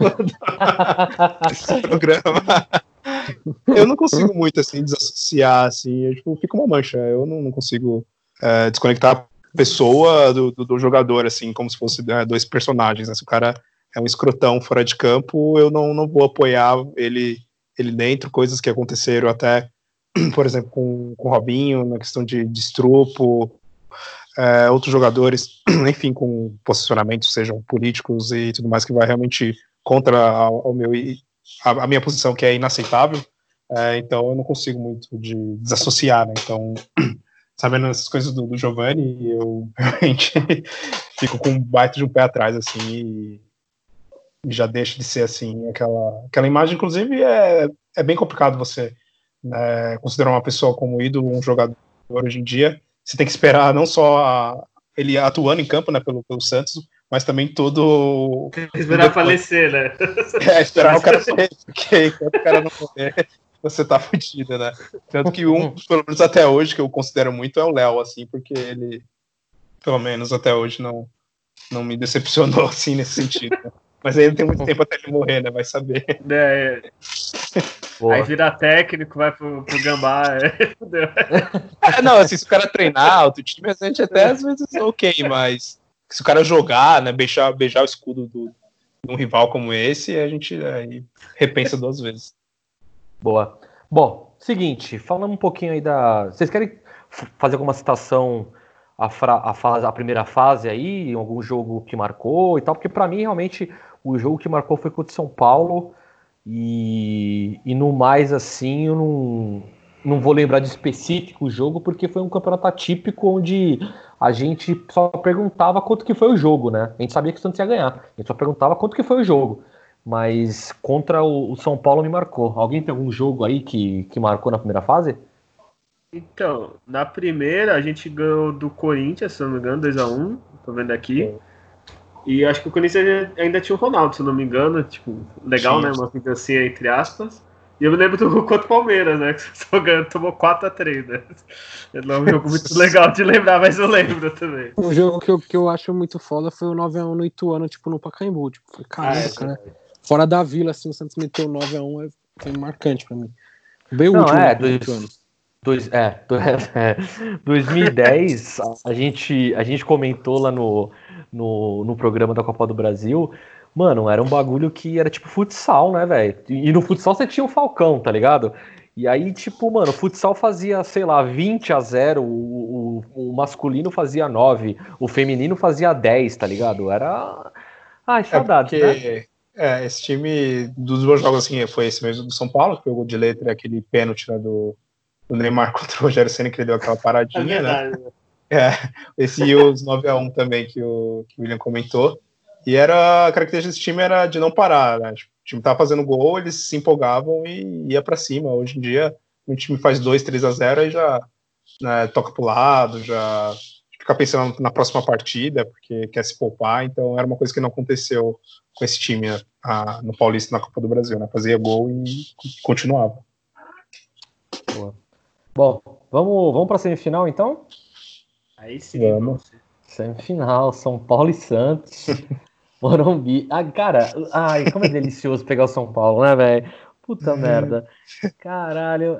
Esse programa. Eu não consigo muito, assim, desassociar, assim, fica uma mancha, eu não consigo desconectar a pessoa do jogador, assim, como se fosse dois personagens, né? Se o cara é um escrotão fora de campo, eu não vou apoiar ele dentro, coisas que aconteceram até, por exemplo, com o Robinho, na questão de estrupo, outros jogadores, enfim, com posicionamentos, sejam políticos e tudo mais, que vai realmente contra a minha posição, que é inaceitável, então eu não consigo muito de desassociar, né? Então, sabendo essas coisas do Giovanni, eu realmente fico com um baita de um pé atrás, assim, e já deixa de ser, assim, aquela imagem. Inclusive, é bem complicado você considerar uma pessoa como ídolo, um jogador hoje em dia. Você tem que esperar não só ele atuando em campo, né, pelo Santos, mas também todo... Esperar falecer, né? Esperar o cara morrer, porque enquanto o cara não morrer, você tá fudido, né? Tanto que pelo menos até hoje, que eu considero muito, é o Léo, assim, porque ele, pelo menos até hoje, não me decepcionou, assim, nesse sentido, né? Mas ainda tem muito tempo até ele morrer, né? Vai saber. Aí vira técnico, vai pro Gambá. Não, assim, se o cara treinar, outro time, a gente até às vezes ok, mas se o cara jogar, né, beijar o escudo de um rival como esse, a gente aí repensa duas vezes. Boa. Bom, seguinte, falando um pouquinho aí Vocês querem fazer alguma citação a primeira fase aí, algum jogo que marcou e tal? Porque pra mim, realmente, o jogo que marcou foi contra o São Paulo e no mais, assim, eu não vou lembrar de específico o jogo, porque foi um campeonato atípico onde a gente só perguntava quanto que foi o jogo, né? A gente sabia que o Santos ia ganhar, a gente só perguntava quanto que foi o jogo. mas contra o São Paulo me marcou. Alguém tem algum jogo aí que marcou na primeira fase? Então, na primeira a gente ganhou do Corinthians, se não me engano, 2x1, tô vendo aqui. E acho que o Corinthians ainda tinha o Ronaldo, se não me engano, tipo, legal, né, uma vingancinha entre aspas. E eu me lembro do jogo contra o Palmeiras, né, que só ganhou, tomou 4x3, né. Não é um jogo muito legal de lembrar, mas eu lembro também. Um jogo que eu acho muito foda foi o 9x1 no Ituano, tipo, no Pacaembu. Tipo, foi, caramba, cara. Fora da Vila, assim, o Santos meteu 9x1, foi marcante pra mim. Bem o último do Ituano. 2010, a gente comentou lá no programa da Copa do Brasil, mano, era um bagulho que era tipo futsal, né, velho? E no futsal você tinha o Falcão, tá ligado? E aí, tipo, mano, o futsal fazia, sei lá, 20-0, o masculino fazia 9, o feminino fazia 10, tá ligado? Era... Ai, saudades, porque, né? Esse time, dos dois jogos, assim, foi esse mesmo do São Paulo, que foi o gol de letra, aquele pênalti, né, do Neymar contra o Rogério Ceni, que ele deu aquela paradinha, né? Esse e os 9x1 também, que o William comentou. E a característica desse time era de não parar, né? Tipo, o time tava fazendo gol, eles se empolgavam e ia para cima. Hoje em dia, o time faz 2-3-0 e já, né, toca pro lado, já fica pensando na próxima partida, porque quer se poupar. Então, era uma coisa que não aconteceu com esse time, né, no Paulista, na Copa do Brasil, né? Fazia gol e continuava. Boa. Bom, vamos para a semifinal, então? Aí sim, vamos. Semifinal, São Paulo e Santos. Morumbi. Cara, como é delicioso pegar o São Paulo, né, velho? Puta merda. Caralho.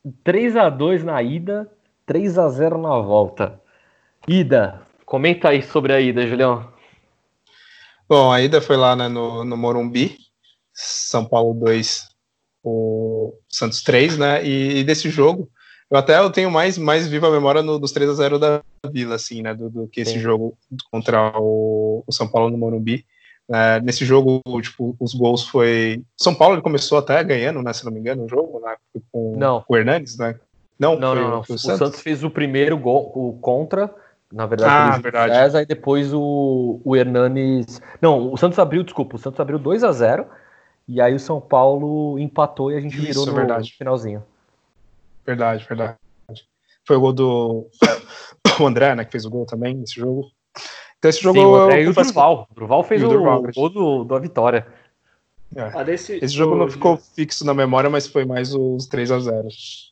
3x2 na ida, 3x0 na volta. Ida. Comenta aí sobre a ida, Julião. Bom, a ida foi lá, né, no Morumbi. São Paulo 2, o Santos 3, né? E desse jogo, eu tenho mais viva a memória dos 3x0 da Vila, assim, né? Do que esse jogo contra o São Paulo no Morumbi. Nesse jogo, tipo, os gols foi... São Paulo ele começou até ganhando, né? Se não me engano, o jogo, né? Com o Hernanes, né? Não. O Santos fez o primeiro gol, o contra, na verdade, pelo César, e depois o Hernanes... Não, o Santos abriu 2x0, e aí o São Paulo empatou e a gente virou no finalzinho. Verdade. Foi o gol do o André, né, que fez o gol também nesse jogo. Então esse jogo... Sim, o André e o Durval. O Durval fez o gol da vitória. Esse jogo não ficou fixo na memória, mas foi mais os 3x0.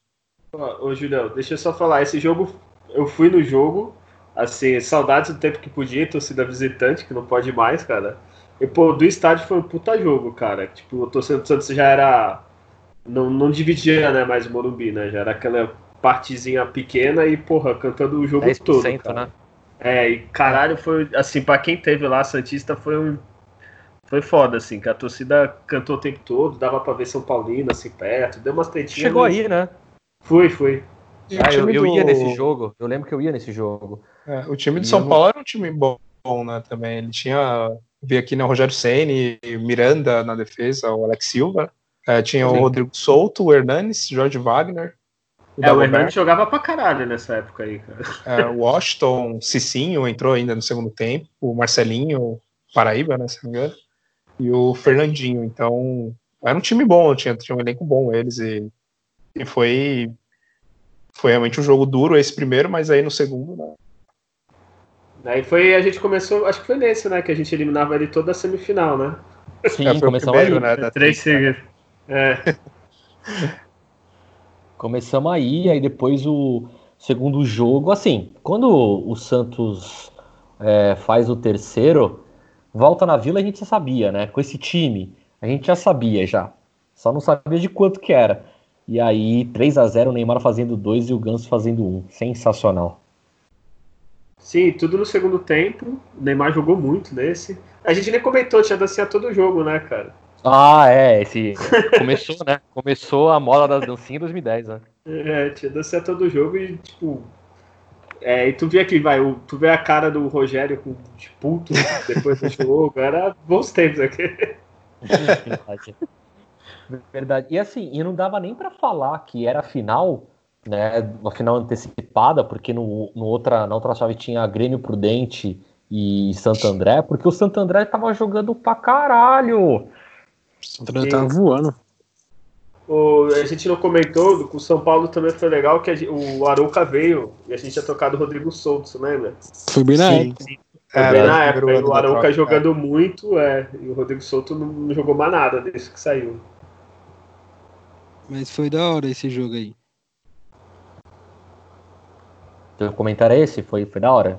Ô, Julião, deixa eu só falar. Esse jogo, eu fui no jogo, assim, saudades do tempo que podia, torcida visitante, que não pode mais, cara. E, pô, do estádio foi um puta jogo, cara. Tipo, a torcida do Santos já era... Não dividia, né, mais o Morumbi, né? Já era aquela partezinha pequena e, porra, cantando o jogo 10%, todo, cara. Né? E caralho, foi, assim, pra quem teve lá, Santista, foi foda, assim, que a torcida cantou o tempo todo, dava pra ver São Paulino, assim, perto, deu umas tretinhas. Chegou aí, né? Fui. Eu ia nesse jogo, eu lembro que eu ia nesse jogo. O time de São Paulo era um time bom, né, também. Ele vi aqui, né, o Rogério Ceni, Miranda na defesa, o Alex Silva. Tinha o Rodrigo Souto, o Hernanes, Jorge Wagner. O Hernanes jogava pra caralho nessa época aí, cara. O Washington, Cicinho entrou ainda no segundo tempo, o Marcelinho, Paraíba, né, se não me engano, e o Fernandinho. Então, era um time bom, tinha um elenco bom eles, e foi realmente um jogo duro esse primeiro, mas aí no segundo, né. Aí a gente começou, acho que foi nesse, né, que a gente eliminava ele toda a semifinal, né? Sim, começamos aí, né? 3 seguidos. Começamos aí depois o segundo jogo, assim, quando o Santos faz o terceiro, volta na Vila, a gente já sabia, né? Com esse time, a gente já sabia já. Só não sabia de quanto que era. E aí, 3x0, o Neymar fazendo 2 e o Ganso fazendo 1. Sensacional. Sim, tudo no segundo tempo. O Neymar jogou muito nesse. A gente nem comentou, tinha dancinha todo o jogo, né, cara? Começou, né? Começou a moda das dancinhas em 2010, né? Tinha dancinha todo o jogo e, tipo... e tu vê aqui, tu vê a cara do Rogério de puto depois do jogo, era bons tempos aqui. Verdade. E assim, não dava nem pra falar que era a final, né? Uma final antecipada, porque na outra chave tinha Grêmio Prudente e Santo André, porque o Santo André tava jogando pra caralho. Santo tava voando. A gente não comentou, com o São Paulo também foi legal, que o Arouca veio e a gente tinha trocado o Rodrigo Souto, você lembra? Foi bem na época. Foi bem na época, e o Arouca jogando muito, e o Rodrigo Souto não jogou mais nada desde que saiu. Mas foi da hora esse jogo aí. Teu comentário é esse? Foi da hora.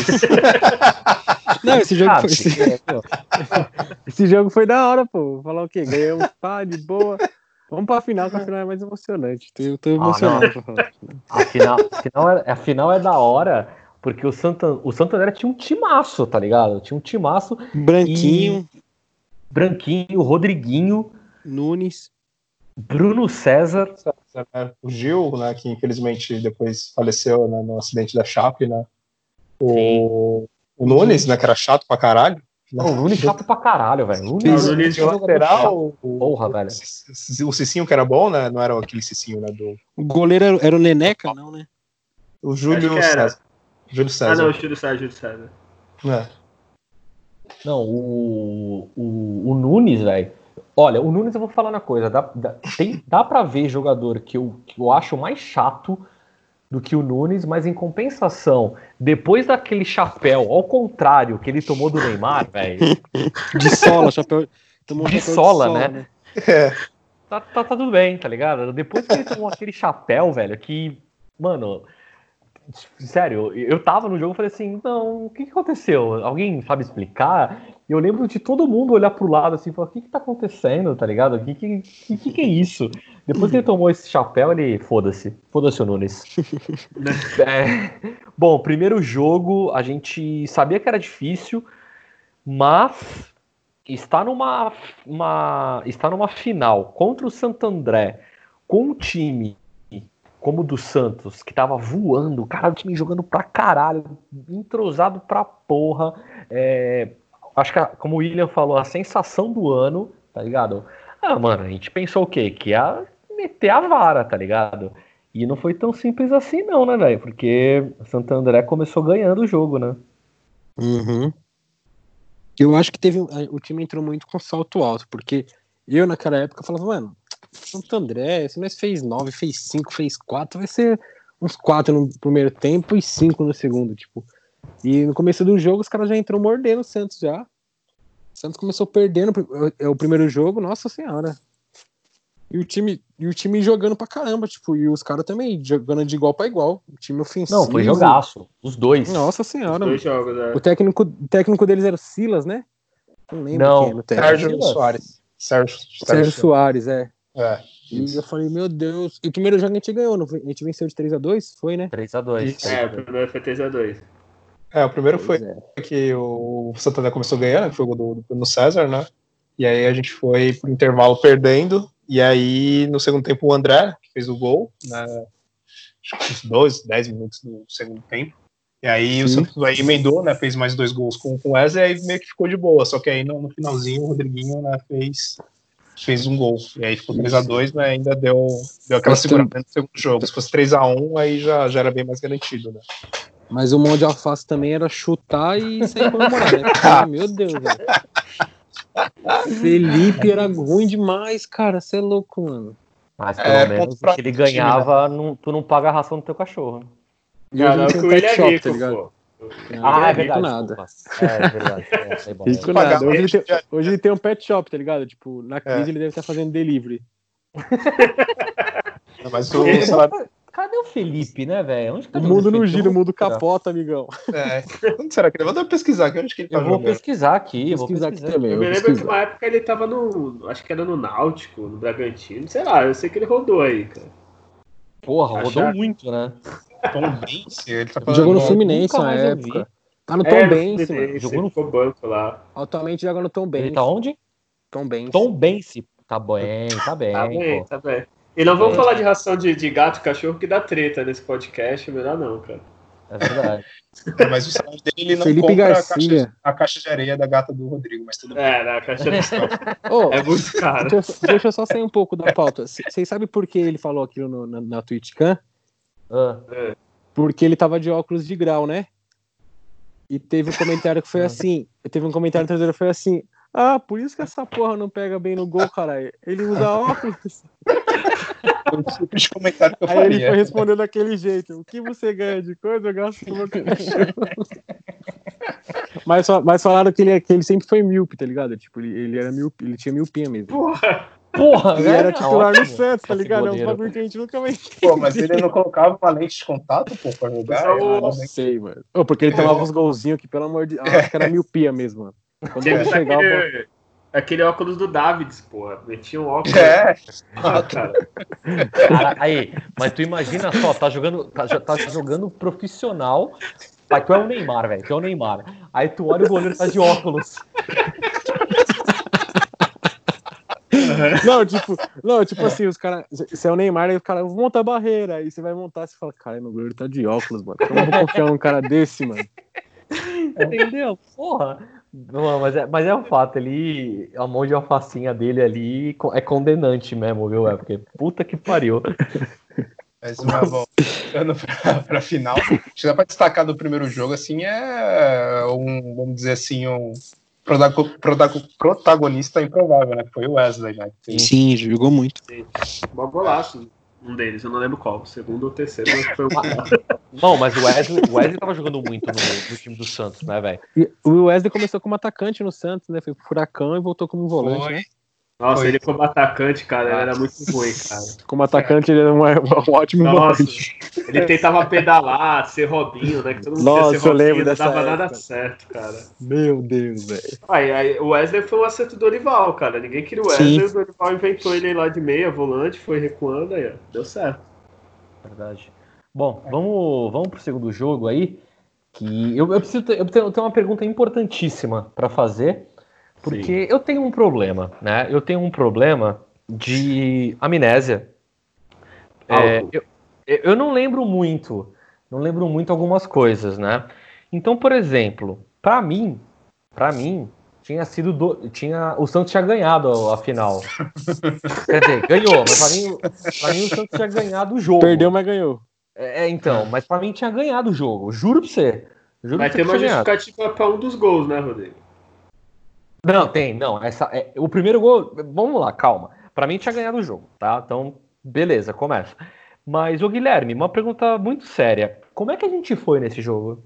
Não, esse jogo foi... Esse jogo foi da hora, pô. Vou falar o quê? Ganhamos, pá, de boa. Vamos pra final, que a final é mais emocionante. Eu tô emocionado pra falar. A final é da hora, porque o Santander tinha um timaço, tá ligado? Tinha um timaço. Branquinho, Rodriguinho, Nunes, Bruno César. O Gil, né, que infelizmente depois faleceu, né, no acidente da Chape, né? O Nunes, né, que era chato pra caralho. Não, o Nunes chato pra caralho, velho. O Nunes lateral, porra, velho. O Cicinho que era bom, né? Não era aquele Cicinho, né? O goleiro era o Neneca, não, né? O Júlio César. Júlio César. Ah, não, o Júlio César. É. Não, o Nunes, velho. Olha, o Nunes, eu vou falar uma coisa. Dá pra ver jogador que eu acho mais chato do que o Nunes, mas em compensação, depois daquele chapéu, ao contrário, que ele tomou do Neymar, velho. De sola, chapéu. Tomou de chapéu sola, de sola, né? Tá tudo bem, tá ligado? Depois que ele tomou aquele chapéu, velho, que, mano, sério, eu tava no jogo e falei assim, não, o que aconteceu? Alguém sabe explicar? E eu lembro de todo mundo olhar pro lado assim e falar, o que tá acontecendo, tá ligado? O que é isso? Depois que ele tomou esse chapéu, ele, foda-se o Nunes. Bom, primeiro jogo, a gente sabia que era difícil, mas está numa final contra o Santo André, com um time como o do Santos, que tava voando, o cara do time jogando pra caralho, entrosado pra porra. Acho que, como o William falou, a sensação do ano, tá ligado? Mano, a gente pensou o quê? Que ia meter a vara, tá ligado? E não foi tão simples assim não, né, velho? Porque o Santo André começou ganhando o jogo, né? Uhum. Eu acho que o time entrou muito com salto alto, porque eu naquela época falava, mano, Santo André, se nós fez 9, fez 5, fez 4, vai ser uns 4 no primeiro tempo e 5 no segundo, tipo. E no começo do jogo os caras já entrou mordendo o Santos já. O Santos começou perdendo o primeiro jogo, nossa senhora. E o time jogando pra caramba, tipo, e os caras também jogando de igual pra igual. O time ofensivo. Não, foi jogaço. Os dois. Nossa senhora. Os dois jogos, né? O técnico deles era o Silas, né? Não lembro quem era o técnico. Sérgio Soares. Sérgio Soares, é. Isso. E eu falei, meu Deus. E o primeiro jogo a gente ganhou, não foi? A gente venceu de 3-2, foi, né? 3-2. O primeiro foi 3-2. O primeiro foi que o Santander começou ganhando, que foi o gol do Bruno César, né? E aí a gente foi pro intervalo perdendo. E aí, no segundo tempo, o André que fez o gol, né? Acho que uns 12, 10 minutos do segundo tempo. E aí o Santos aí emendou, né? Fez mais 2 gols com o Wesley, e aí meio que ficou de boa. Só que aí no finalzinho o Rodriguinho, né, fez um gol. E aí ficou 3-2, né? Ainda deu aquela segurada no segundo jogo. Se fosse 3-1, aí já era bem mais garantido, né? Mas o mão de alface também era chutar e sair comemorar, né? Porque, meu Deus, velho. Felipe era ruim demais, cara. Você é louco, mano. Mas pelo menos que ele ganhava, tu não paga a ração do teu cachorro. E hoje não tem um pet shop, tá ligado? Pô. É verdade. Nada. É verdade. Rico nada. Hoje ele tem um pet shop, tá ligado? Tipo, na crise ele deve estar fazendo delivery. Mas cadê o Felipe, né, velho? O mundo não gira, o mundo capota, amigão. Onde será que ele vai? Vou pesquisar aqui, onde que ele tá jogando? Eu vou pesquisar aqui. Aqui também, eu me lembro que uma época ele tava acho que era no Náutico, no Bragantino, sei lá, eu sei que ele rodou aí, cara. Porra, rodou muito, né? Tom Bense, ele tá jogou no Fluminense na época. Tá no Tom Bense, mano. Jogou no banco lá. Atualmente joga no Tom Bense. Ele tá onde? Tom Bense. Tom Bense. Tá bem. Tá bem. E não vamos falar de ração de gato e cachorro que dá treta nesse podcast, melhor não, cara. É verdade. Mas o salário dele, ele não Felipe compra a caixa de areia da gata do Rodrigo, mas tudo bem. Na caixa de é muito caro. Deixa eu só sair um pouco da pauta. Vocês sabem por que ele falou aquilo na TwitchCam? Porque ele tava de óculos de grau, né? E teve um comentário que foi assim. Teve um comentário traseiro que foi assim. Ah, por isso que essa porra não pega bem no gol, caralho. Ele usa óculos. Foi o tipo de comentário que eu Aí faria. ele foi respondendo daquele jeito. O que você ganha de coisa, eu gasto com meu cachorro. Mas falaram que ele sempre foi míope, tá ligado? Tipo, ele era míope, ele tinha miopia mesmo. Porra, Ele era titular no ótimo. Santos, tá ligado? É um Goleiro. bagulho que a gente nunca vai entender. Pô, mas ele não colocava uma lente de contato, pô, pra jogar? Não sei, mano. Porque ele tomava uns golzinhos que, pelo amor de Deus, acho que era miopia mesmo, mano. Quando ele chegava... Aquele óculos do Davids, porra. Metia um óculos. Cara, aí, mas tu imagina só, tá jogando profissional. Aí tu é o Neymar, velho. Tu é o Neymar. Aí tu olha o goleiro tá de óculos. Não, tipo assim, os caras. Você é o Neymar, aí o cara monta a barreira. Aí você vai montar, você fala, cara, meu goleiro tá de óculos, mano. Como eu vou confiar num cara desse, mano? Entendeu? Porra. Não, mas é um fato, ele, a mão de alfacinha dele ali é condenante mesmo, viu? Porque puta que pariu. Mas voltando pra final, acho que dá pra destacar do primeiro jogo, assim, vamos dizer assim, um protagonista improvável, né? Que foi o Wesley, né? Sim, jogou muito. Bom golaço. Um deles, eu não lembro qual, o segundo ou terceiro, mas foi Não, mas o Wesley tava jogando muito no time do Santos, né, velho? O Wesley começou como atacante no Santos, né? Foi pro Furacão e voltou como volante, né? Nossa, ele como atacante, cara, ele era muito ruim, cara. Como atacante, ele era um ótimo volante. Ele tentava pedalar, ser Robinho, né? Que todo mundo Nossa, queria ser eu lembro Robinho, dessa não dava época. nada certo, cara. Meu Deus, velho. Aí, o Wesley foi um acerto do Dorival, cara. Ninguém queria o Wesley, o Dorival inventou ele lá de meia, volante, foi recuando, aí ó, deu certo. Verdade. Bom, vamos pro segundo jogo aí, que eu tenho uma pergunta importantíssima para fazer, porque eu tenho um problema, né? Eu tenho um problema de amnésia. Eu não lembro muito algumas coisas, né? Então, por exemplo, para mim, o Santos tinha ganhado a final. Quer dizer, ganhou, mas pra mim o Santos tinha ganhado o jogo. Perdeu, mas ganhou. Então, mas pra mim tinha ganhado o jogo. Juro pra você. Vai ter uma justificativa pra um dos gols, né, Rodrigo? Não, tem. O primeiro gol. Vamos lá, calma. Pra mim tinha ganhado o jogo, tá? Então, beleza, começa. Mas, ô Guilherme, uma pergunta muito séria. Como é que a gente foi nesse jogo?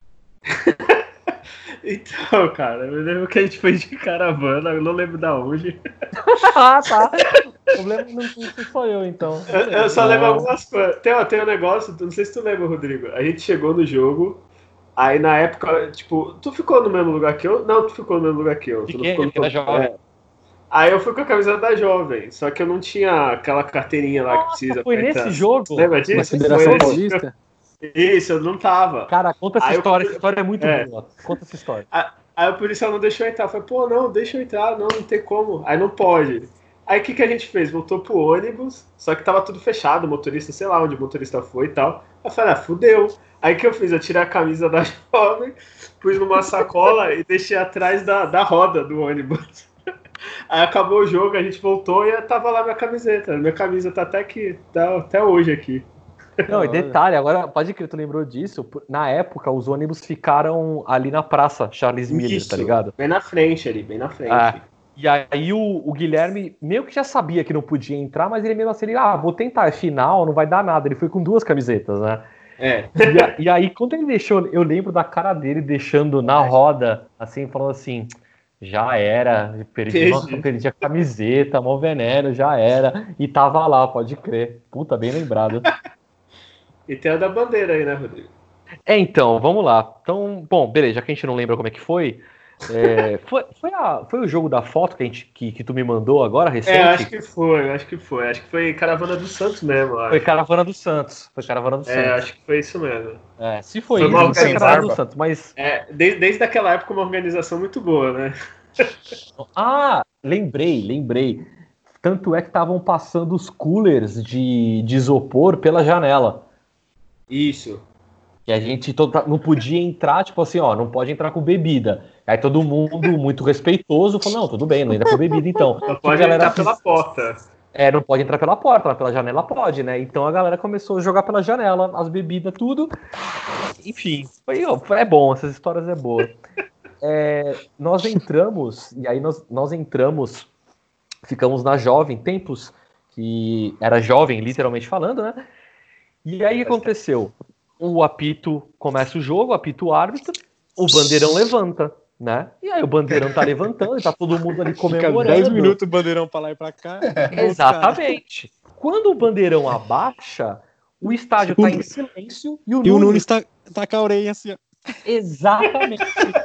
Então, cara, eu lembro que a gente foi de caravana, eu não lembro da onde. Ah, tá. O problema não sou eu, então. Eu só lembro algumas coisas. Tem um negócio, não sei se tu lembra, Rodrigo. A gente chegou no jogo, aí na época, tipo, tu ficou no mesmo lugar que eu? Não, tu ficou no mesmo lugar que eu. Fiquei da Jovem. Aí eu fui com a camisa da Jovem, só que eu não tinha aquela carteirinha lá que precisa. Foi nesse jogo? Lembra disso? Na Federação Paulista? Isso, eu não tava. Cara, conta essa história. Essa história é muito boa. Conta essa história. Aí o policial não deixou eu entrar. Eu falei, pô, não, deixa eu entrar, não tem como. Aí não pode. Aí o que a gente fez? Voltou pro ônibus, só que tava tudo fechado, o motorista, sei lá onde o motorista foi e tal. Eu falei, fudeu. Aí o que eu fiz? Eu tirei a camisa da Jovem, pus numa sacola e deixei atrás da roda do ônibus. Aí acabou o jogo, a gente voltou e tava lá minha camiseta. Minha camisa tá até aqui, tá até hoje aqui. Não, e detalhe, agora, pode crer, tu lembrou disso? Na época, os ônibus ficaram ali na praça Charles Miller, tá ligado? Bem na frente ali, bem na frente. E aí o Guilherme meio que já sabia que não podia entrar, mas ele mesmo assim, vou tentar, é final, não vai dar nada. Ele foi com 2 camisetas, né? E aí, quando ele deixou, eu lembro da cara dele deixando na roda, assim, falando assim, já era, perdi a camiseta, mó veneno, já era. E tava lá, pode crer. Puta, bem lembrado. E tem a da bandeira aí, né, Rodrigo? Então, vamos lá. Então, bom, beleza, já que a gente não lembra como é que foi, foi o jogo da foto que tu me mandou agora, recente? Acho que foi. Acho que foi Caravana do Santos mesmo, acho. Foi Caravana do Santos. Acho que foi isso mesmo. Se foi isso, foi Caravana do Santos, mas... Desde aquela época uma organização muito boa, né? Lembrei. Tanto é que estavam passando os coolers de isopor pela janela. Isso. E a gente não podia entrar, tipo assim, não pode entrar com bebida. Aí todo mundo, muito respeitoso, falou, não, tudo bem, não entra com bebida, então. Não pode entrar pela porta. Não pode entrar pela porta, mas pela janela pode, né? Então a galera começou a jogar pela janela, as bebidas, tudo. Enfim, é bom, essas histórias é boa. nós entramos, e aí nós entramos, ficamos na Jovem, tempos que era jovem, literalmente falando, né? E aí o que aconteceu? O apito começa o jogo, apita o árbitro, o bandeirão levanta, né? E aí o bandeirão tá levantando, e tá todo mundo ali comemorando. Fica 10 minutos o bandeirão pra lá e pra cá. Exatamente. Quando o bandeirão abaixa, o estádio tá em silêncio e o Nunes tá com a orelha assim, ó. Exatamente.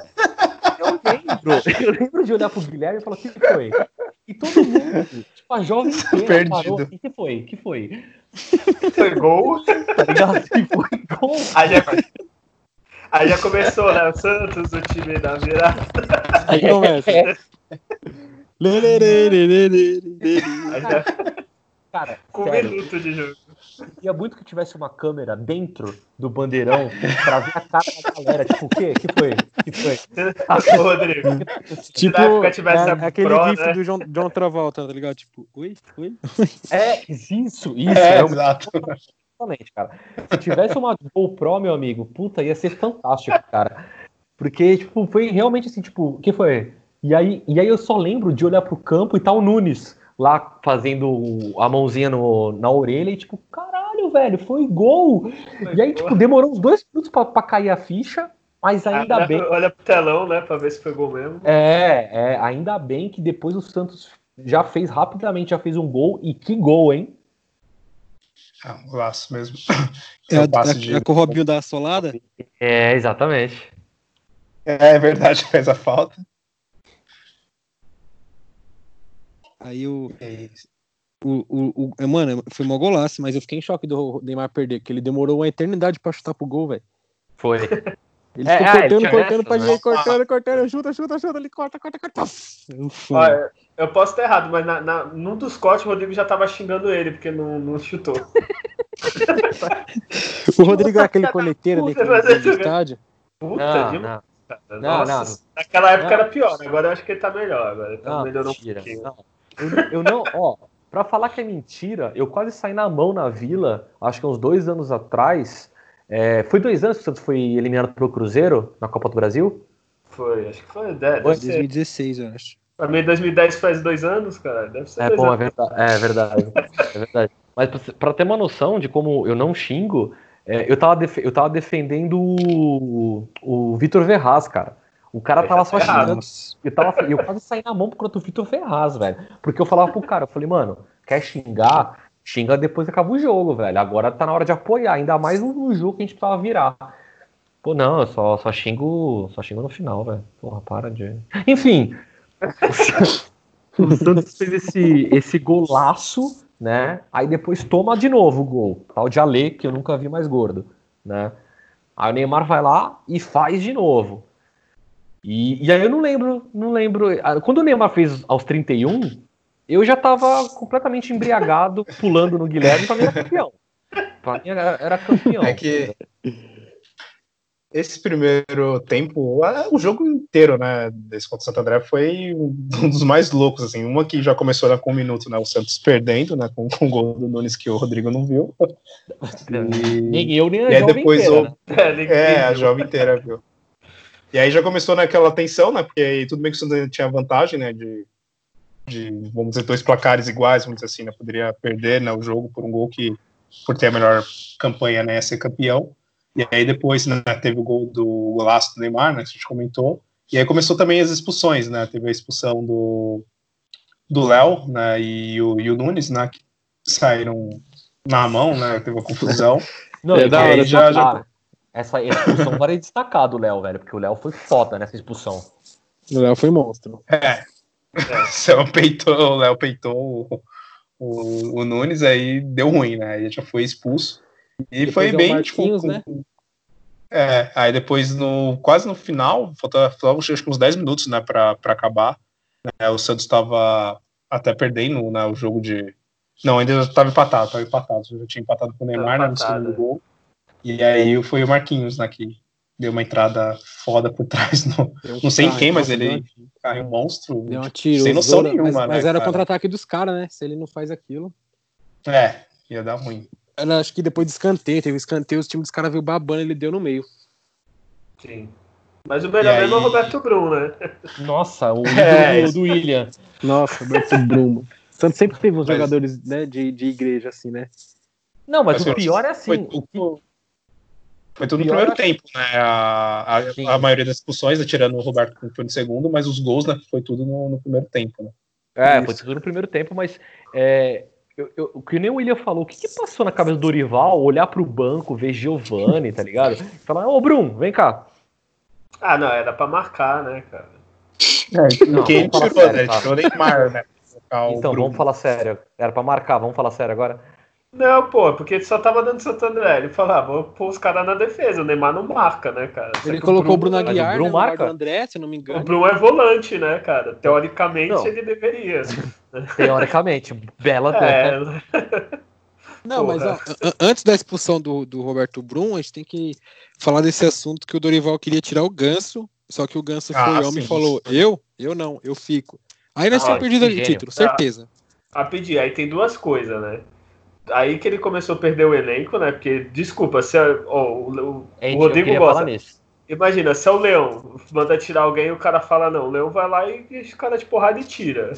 Eu lembro de olhar pro Guilherme e falar, o que foi? E todo mundo, tipo, a jovem inteira parou. O que foi? Foi gol? Tá ligado? Que foi gol. Aí já começou, né? O Santos, o time da virada. Aí começa. Cara, com sério, 1 minuto de jogo. Eu queria muito que tivesse uma câmera dentro do bandeirão pra ver a cara da galera. Tipo, o quê? Que foi? Ô, Rodrigo. Tipo, aquele pro, gif né? do John Travolta, tá ligado? Tipo, oi? Isso. Exato. Exatamente, cara. Se tivesse uma GoPro, meu amigo, puta, ia ser fantástico, cara. Porque, tipo, foi realmente assim, tipo, o que foi? E aí eu só lembro de olhar pro campo e tá o Nunes lá fazendo a mãozinha na orelha e tipo, caralho, velho, foi gol! E aí, tipo, demorou uns 2 minutos pra cair a ficha, mas ainda bem... Olha pro telão, né, pra ver se foi gol mesmo. Ainda bem que depois o Santos já fez um gol, e que gol, hein? Um golaço mesmo. É com o Robinho da solada? Exatamente. É verdade, fez a falta. Aí mano, foi mó golaço, mas eu fiquei em choque do Neymar perder, porque ele demorou uma eternidade pra chutar pro gol, velho. Foi. Ele ficou cortando pra ninguém, cortando, chuta, ele corta. Olha, eu posso estar errado, mas num dos cortes o Rodrigo já tava xingando ele, porque não chutou. O Rodrigo é aquele corneteiro do estádio. Puta, demais. Nossa, naquela época era pior, agora eu acho que ele tá melhor. Agora tá melhorando um pouquinho. Eu não, pra falar que é mentira, eu quase saí na mão na Vila, acho que uns 2 anos atrás. Foi 2 anos que o Santos foi eliminado pelo Cruzeiro na Copa do Brasil? Foi, acho que foi. Foi 2016, eu acho. Pra mim, 2010 faz 2 anos, cara. Deve ser 2 anos. É verdade. Mas pra ter uma noção de como eu não xingo, eu tava defendendo o Vitor Ferraz, cara. O cara tava só xingando. Eu quase saí na mão por conta do Vitor Ferraz, velho. Porque eu falava pro cara, eu falei, mano, quer xingar? Xinga depois que acaba o jogo, velho. Agora tá na hora de apoiar, ainda mais no jogo que a gente precisava virar. Pô, não, eu só xingo no final, velho. Porra, para de... Enfim, o Santos fez esse golaço, né? Aí depois toma de novo o gol. Tal de Alê, que eu nunca vi mais gordo, né? Aí o Neymar vai lá e faz de novo. E aí eu não lembro. Quando o Neymar fez aos 31, eu já tava completamente embriagado, pulando no Guilherme, pra mim era campeão. Pra mim era campeão. É que esse primeiro tempo, o jogo inteiro, né, desse contra o Santo André foi um dos mais loucos, assim. Uma que já começou com 1 minuto, né, o Santos perdendo, né, com o gol do Nunes que o Rodrigo não viu. Nem eu, nem a jovem depois inteira. A jovem inteira viu. E aí já começou naquela tensão, né, porque aí tudo bem que o Santos tinha vantagem, né, de vamos dizer, 2 placares iguais, vamos dizer assim, né, poderia perder, né, o jogo por um gol que, por ter a melhor campanha, né, ia ser campeão. E aí depois, né, teve o gol do golaço do Neymar, né, que a gente comentou. E aí começou também as expulsões, né, teve a expulsão do Léo, né, e o Nunes, né, que saíram na mão, né, teve uma confusão. Não, e aí já... Essa expulsão vale destacar do Léo, velho, porque o Léo foi foda nessa expulsão. O Léo foi monstro. O Léo peitou o Nunes, aí deu ruim, né? Aí já foi expulso. E depois foi bem, Marquinhos, né? Aí depois, quase no final, faltavam acho que uns 10 minutos, né, pra acabar. Né, o Santos estava até perdendo, né, o jogo de... Não, ainda estava empatado. Já tinha empatado com o Neymar, né, no segundo gol. E aí foi o Marquinhos, né, que deu uma entrada foda por trás. Não sei em quem, mas ele caiu um monstro. Deu uma tirosura, sem noção nenhuma, mas né, era contra-ataque dos caras, né? Se ele não faz aquilo... ia dar ruim. Acho que depois de escanteio, teve escanteio, os times dos caras veio babando, ele deu no meio. Sim. Mas o melhor mesmo é o Roberto Brum, né? Nossa, o ídolo do William. Nossa, Roberto Brum. O Santos sempre teve uns jogadores, né, de igreja, assim, né? Não, mas o pior é assim. Foi tudo no primeiro tempo, né? A maioria das expulsões, tirando o Roberto que foi no segundo, mas os gols, né, foi tudo no primeiro tempo, né? Foi tudo no primeiro tempo, mas o que nem o William falou, o que passou na cabeça do Dorival, olhar pro banco, ver Giovani, tá ligado? Falar, ô Brum, vem cá. Ah, não, era pra marcar, né, cara? Quem tirou, né? Tirou o Neymar, né? Então, vamos falar sério. Era pra marcar, vamos falar sério agora. Não, pô, porque ele só tava dando Santo André. Ele falava, vou pôr os caras na defesa. O Neymar não marca, né, cara? Ele colocou o Bruno Aguiar, Bruno né, marca? do André, se não me engano. O Bruno é volante, né, cara? Teoricamente ele deveria. Teoricamente, bela Não, mas ó, antes da expulsão do Roberto Brum, a gente tem que falar desse assunto que o Dorival queria tirar o Ganso, só que o Ganso foi homem e falou, eu não, eu fico. Aí nós tínhamos perdido o título, certeza. Rapidinho, aí tem duas coisas, né? Aí que ele começou a perder o elenco, né? Porque, desculpa, se o Rodrigo gosta. Imagina, se é o Leão, manda tirar alguém e o cara fala não. O Leão vai lá e deixa o cara de porrada e tira.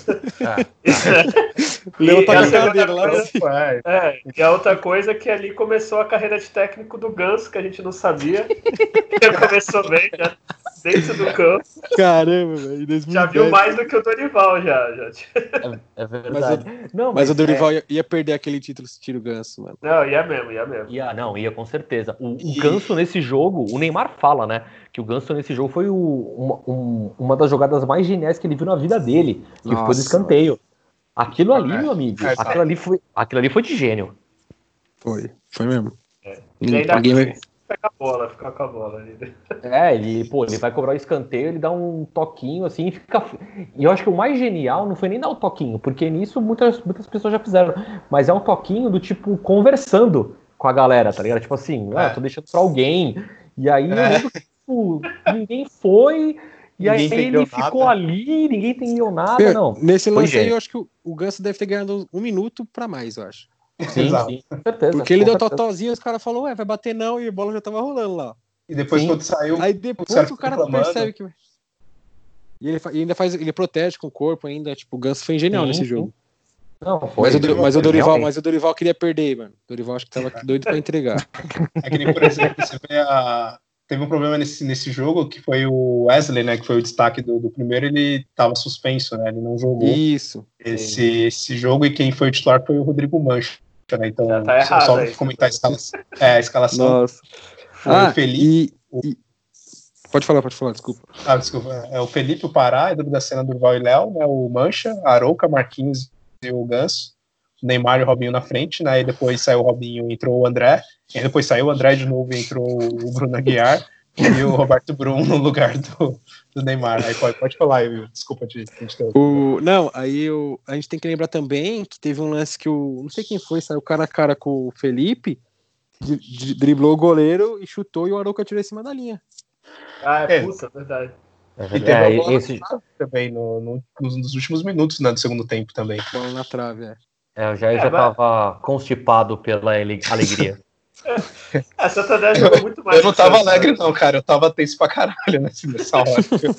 O Leão tá brincadeira lá. E a outra coisa é que ali começou a carreira de técnico do Ganso, que a gente não sabia. Ele começou bem, já dentro do campo. Caramba, velho. Já viu mais do que o Dorival, já. É verdade. Mas o Dorival ia perder aquele título se tira o Ganso, mano. Não, ia mesmo. Ia com certeza. O Ganso nesse jogo, o Neymar fala, né? Que o Ganso nesse jogo foi uma das jogadas mais geniais que ele viu na vida dele. Que foi do escanteio. Aquilo ali, meu amigo, aquilo ali foi de gênio. Foi mesmo. E ainda ficar com a bola ali. Ele vai cobrar o escanteio, ele dá um toquinho assim e fica. E eu acho que o mais genial não foi nem dar o toquinho, porque nisso muitas pessoas já fizeram, mas é um toquinho do tipo conversando com a galera, tá ligado? Tipo assim, tô deixando pra alguém. E aí eu lembro que ninguém foi. E aí ele ficou ali, ninguém entendeu nada, não. Nesse lance aí, eu acho que o Ganso deve ter ganhado 1 minuto pra mais, eu acho. Sim, com certeza. Porque ele deu totozinho, os caras falaram, vai bater não, e a bola já tava rolando lá. E depois quando saiu... Aí depois o cara percebe que... E ele protege com o corpo ainda, tipo, o Ganso foi genial nesse jogo. Não, mas o Dorival queria perder, mano. O Dorival acho que tava doido pra entregar. É que nem, por exemplo, você vê teve um problema nesse jogo, que foi o Wesley, né, que foi o destaque do primeiro, ele tava suspenso, né, ele não jogou esse jogo, e quem foi o titular foi o Rodrigo Mancha, né, então tá errado, só comentar a escalação. Nossa. O Felipe... Pode falar, desculpa. Desculpa. É o Felipe, o Pará, Edu da Cena, Durval e Léo, né, o Mancha, Arouca, Marquinhos e o Ganso, o Neymar e o Robinho na frente, né, e depois saiu o Robinho e entrou o André, e depois saiu o André de novo e entrou o Bruno Aguiar e o Roberto Brum no lugar do Neymar. Aí pode falar aí, viu? Desculpa te Não, aí a gente tem que lembrar também que teve um lance que não sei quem foi, saiu cara a cara com o Felipe, driblou o goleiro e chutou, e o Arouca tirou em cima da linha. Puta, verdade. E teve a bola também nos últimos minutos, né, do segundo tempo também. Bola na trave, Eu já tava constipado pela alegria. Santa André jogou muito mais. Eu não tava alegre, não, cara. Eu tava tenso pra caralho nessa hora.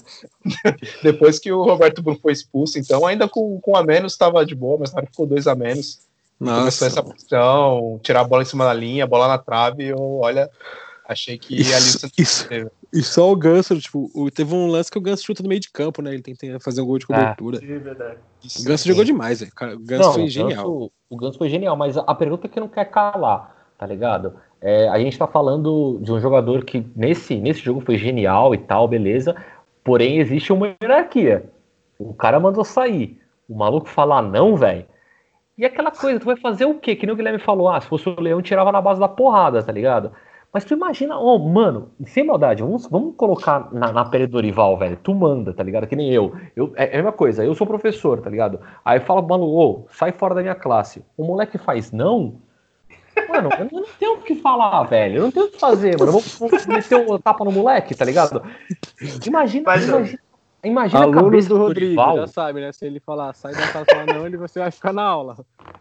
Depois que o Roberto Brum foi expulso, então, ainda com a menos, tava de boa, mas na hora ficou 2 a menos. Começou essa posição, tirar a bola em cima da linha, bola na trave. Achei que ali e só o Ganso, tipo, teve um lance que o Ganso chuta no meio de campo, né? Ele tenta fazer um gol de cobertura. O Ganso jogou demais, velho. O Ganso foi genial. O Ganso foi genial, mas a pergunta que não quer calar, tá ligado? A gente tá falando de um jogador que nesse jogo foi genial e tal, beleza, porém existe uma hierarquia. O cara mandou sair, o maluco falar não, velho. E aquela coisa, tu vai fazer o quê? Que nem o Guilherme falou, se fosse o Leão, tirava na base da porrada, tá ligado? Mas tu imagina, mano, sem maldade, vamos colocar na pele do Dorival, velho. Tu manda, tá ligado? Que nem eu. É a mesma coisa, eu sou professor, tá ligado? Aí fala pro maluco, sai fora da minha classe. O moleque faz não. Mano, eu não tenho o que falar, velho. Eu não tenho o que fazer, mano. Eu vou meter uma tapa no moleque, tá ligado? Imagina a alunos cabeça do Rodrigo, Dorival. já sabe, né? Se ele falar, sai da sala, falar não, você vai ficar na aula.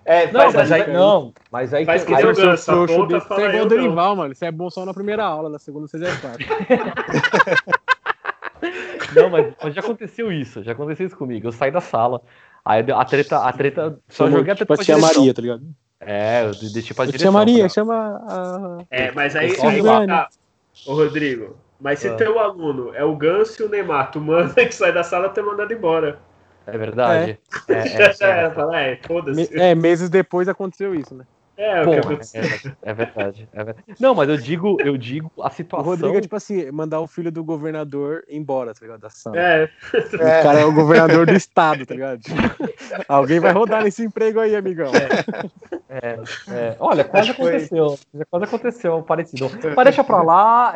Mas aí faz que aí deu o seu Ganso, frouxo desse é igual o Dorival, mano. Você é bom só na primeira aula, na segunda você já é fraco. Não, mas já aconteceu isso comigo. Eu saí da sala, aí a treta só joguei a treta pra tia direção. Maria, tá ligado? Eu deixei pra direção. Tia Maria, pra... chama a... Mas aí tá. Ô, Rodrigo, mas se teu aluno é o Ganso e o Neymar, tu manda que sai da sala, tu é mandado embora. É verdade. Foda-se. Meses depois aconteceu isso, né? É verdade. Não, mas eu digo a situação. O Rodrigo é tipo assim, mandar o filho do governador embora, tá ligado? Da sala. O cara é o governador do estado, tá ligado? Alguém vai rodar nesse emprego aí, amigão. Olha, quase aconteceu parecido. Mas deixa pra lá.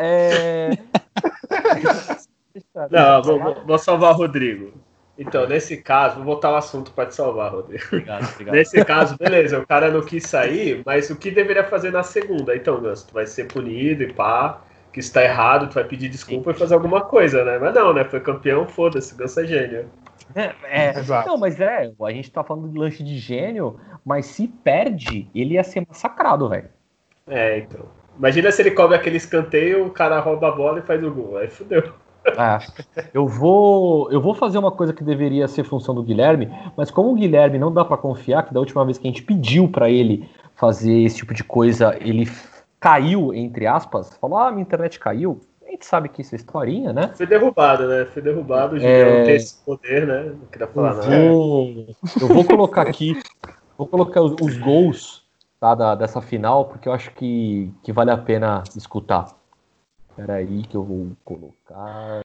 Não, vou salvar o Rodrigo. Então, nesse caso, vou voltar ao assunto para te salvar, Rodrigo. Obrigado. Nesse caso, beleza, o cara não quis sair, mas o que deveria fazer na segunda? Então, Ganso, tu vai ser punido e pá, que está errado, tu vai pedir desculpa e fazer alguma coisa, né? Mas não, né? Foi campeão, foda-se, Ganso é gênio. Não, mas a gente tá falando de lanche de gênio, mas se perde, ele ia ser massacrado, velho. Então. Imagina se ele cobre aquele escanteio, o cara rouba a bola e faz o gol. Aí fudeu. Eu vou fazer uma coisa que deveria ser função do Guilherme, mas como o Guilherme não dá pra confiar, que da última vez que a gente pediu pra ele fazer esse tipo de coisa, ele caiu, entre aspas, falou, minha internet caiu. A gente sabe que isso é historinha, né? Foi derrubado, né? Foi derrubado, o Guilherme tem esse poder, né? Não queria falar nada. Eu vou colocar aqui, os gols, tá, dessa final, porque eu acho que vale a pena escutar. Espera aí que eu vou colocar.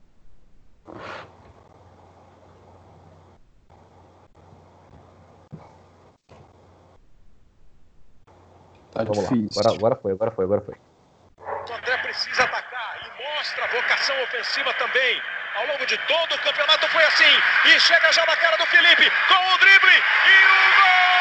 Tá Vamos difícil. lá. Agora foi. O André precisa atacar e mostra vocação ofensiva também. Ao longo de todo o campeonato foi assim. E chega já na cara do Felipe com o drible e o gol!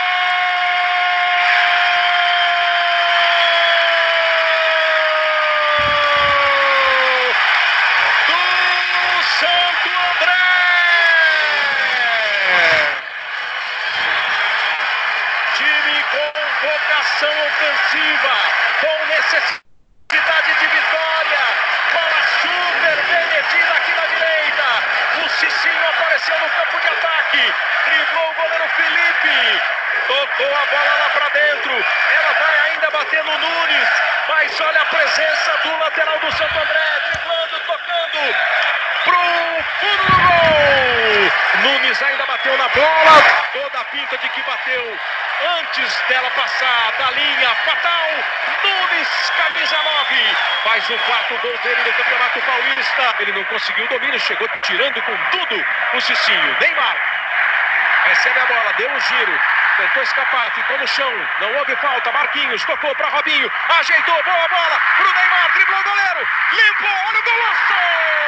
Ofensiva, com necessidade de vitória, bola super bem metida aqui na direita, o Cicinho apareceu no campo de ataque, driblou o goleiro Felipe, tocou a bola lá pra dentro, ela vai ainda bater no Nunes, mas olha a presença do lateral do Santo André, driblando, tocando pro fundo do gol, Nunes ainda bateu na bola, toda a pinta de que bateu antes dela passar da linha fatal, Nunes, camisa 9, faz o quarto gol dele no Campeonato Paulista. Ele não conseguiu o domínio, chegou tirando com tudo o Cicinho. Neymar recebe a bola, deu um giro, tentou escapar, ficou no chão, não houve falta. Marquinhos tocou para Robinho, ajeitou, boa bola pro Neymar, driblou o goleiro, limpou, olha o golaço!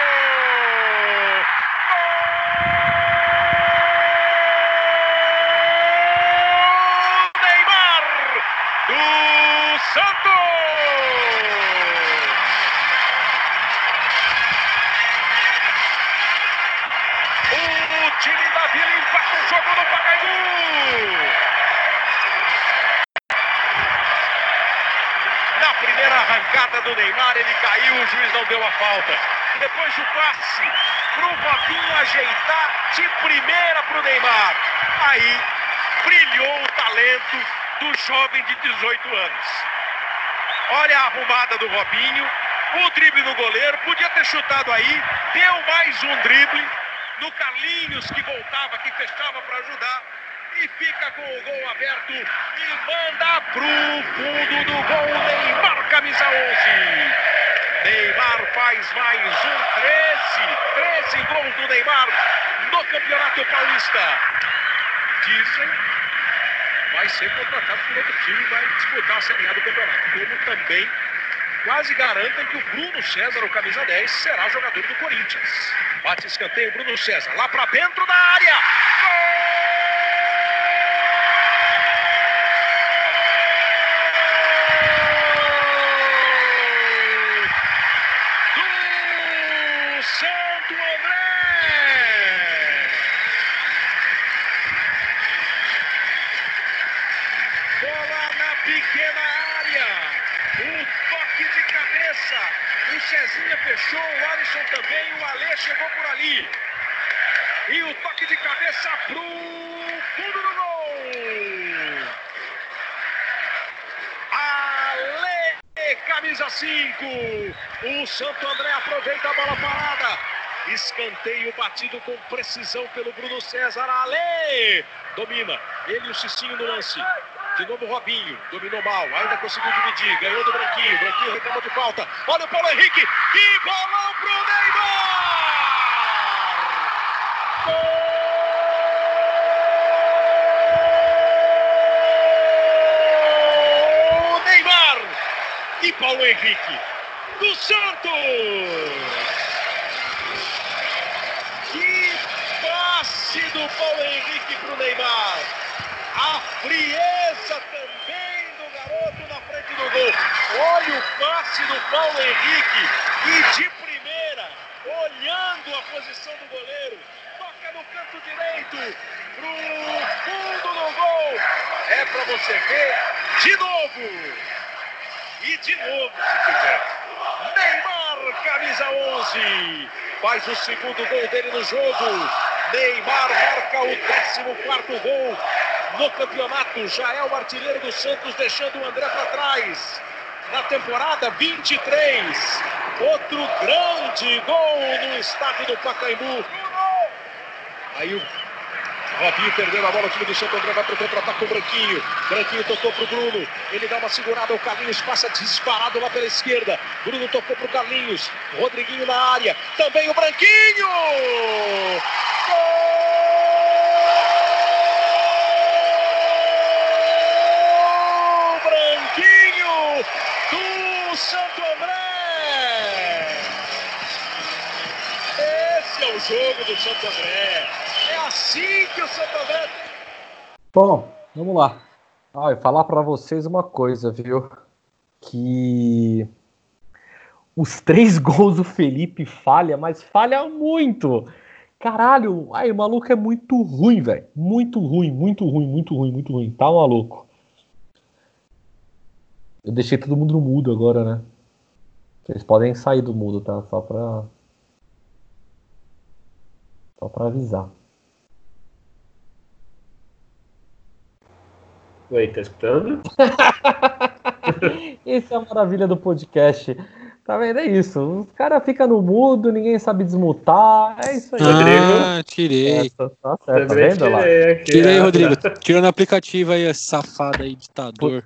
Do Neymar, ele caiu, o juiz não deu a falta. Depois o passe pro Robinho ajeitar de primeira pro Neymar. Aí brilhou o talento do jovem de 18 anos. Olha a arrumada do Robinho, o drible no goleiro, podia ter chutado aí, deu mais um drible no Carlinhos que voltava, que fechava para ajudar. E fica com o gol aberto e manda pro fundo do gol Neymar, camisa 11. Neymar faz mais um 13 gols do Neymar no Campeonato Paulista. Dizem, vai ser contratado por outro time e vai disputar a Série A do campeonato. Como também quase garantem que o Bruno César, o camisa 10, será jogador do Corinthians. Bate escanteio, Bruno César, lá para dentro da área. Gol! Santo André! Bola na pequena área, um toque de cabeça, o Cezinha fechou, o Alisson também, o Alê chegou por ali. E o toque de cabeça pro fundo do gol. Ale, camisa 5. O Santo André aproveita a bola parada. Escanteio batido com precisão pelo Bruno César. Ale domina. Ele e o Cicinho no lance. De novo o Robinho. Dominou mal. Ainda conseguiu dividir. Ganhou do Branquinho. Branquinho reclamou de falta. Olha o Paulo Henrique. E bolão pro Neymar. Gol! Neymar e Paulo Henrique do Santos. Que passe do Paulo Henrique pro Neymar. A frieza também do garoto na frente do gol. Olha o passe do Paulo Henrique e de primeira, olhando a posição do goleiro, toca no canto direito pro fundo do gol. É pra você ver de novo. E de novo, se quiser. Neymar, camisa 11, faz o segundo gol dele no jogo. Neymar marca o 14º gol no campeonato. Já é o artilheiro do Santos, deixando o André para trás. Na temporada 23, outro grande gol no estádio do Pacaembu. Aí o Robinho perdeu a bola, o time do Santo André vai para o contra-ataque com o Branquinho. Branquinho tocou para o Bruno, ele dá uma segurada, o Carlinhos passa disparado lá pela esquerda. Bruno tocou para o Carlinhos, Rodriguinho na área, também o Branquinho! Gol! Branquinho do Santo André! Esse é o jogo do Santo André. É assim que o Santo André tem. Bom, vamos lá. Eu falar pra vocês uma coisa, viu? Que os 3 gols do Felipe falha, mas falha muito. Caralho, o maluco é muito ruim, velho. Muito ruim, muito ruim, muito ruim, muito ruim. Tá maluco. Eu deixei todo mundo no mudo agora, né? Vocês podem sair do mudo, tá? Só pra avisar. Oi, tá escutando? Essa é a maravilha do podcast. Tá vendo? É isso. Os caras ficam no mudo, ninguém sabe desmutar. É isso aí. Ah, tirei. Tá certo, tá vendo lá? Tirei, Rodrigo. Tirando o aplicativo aí, safado aí, ditador.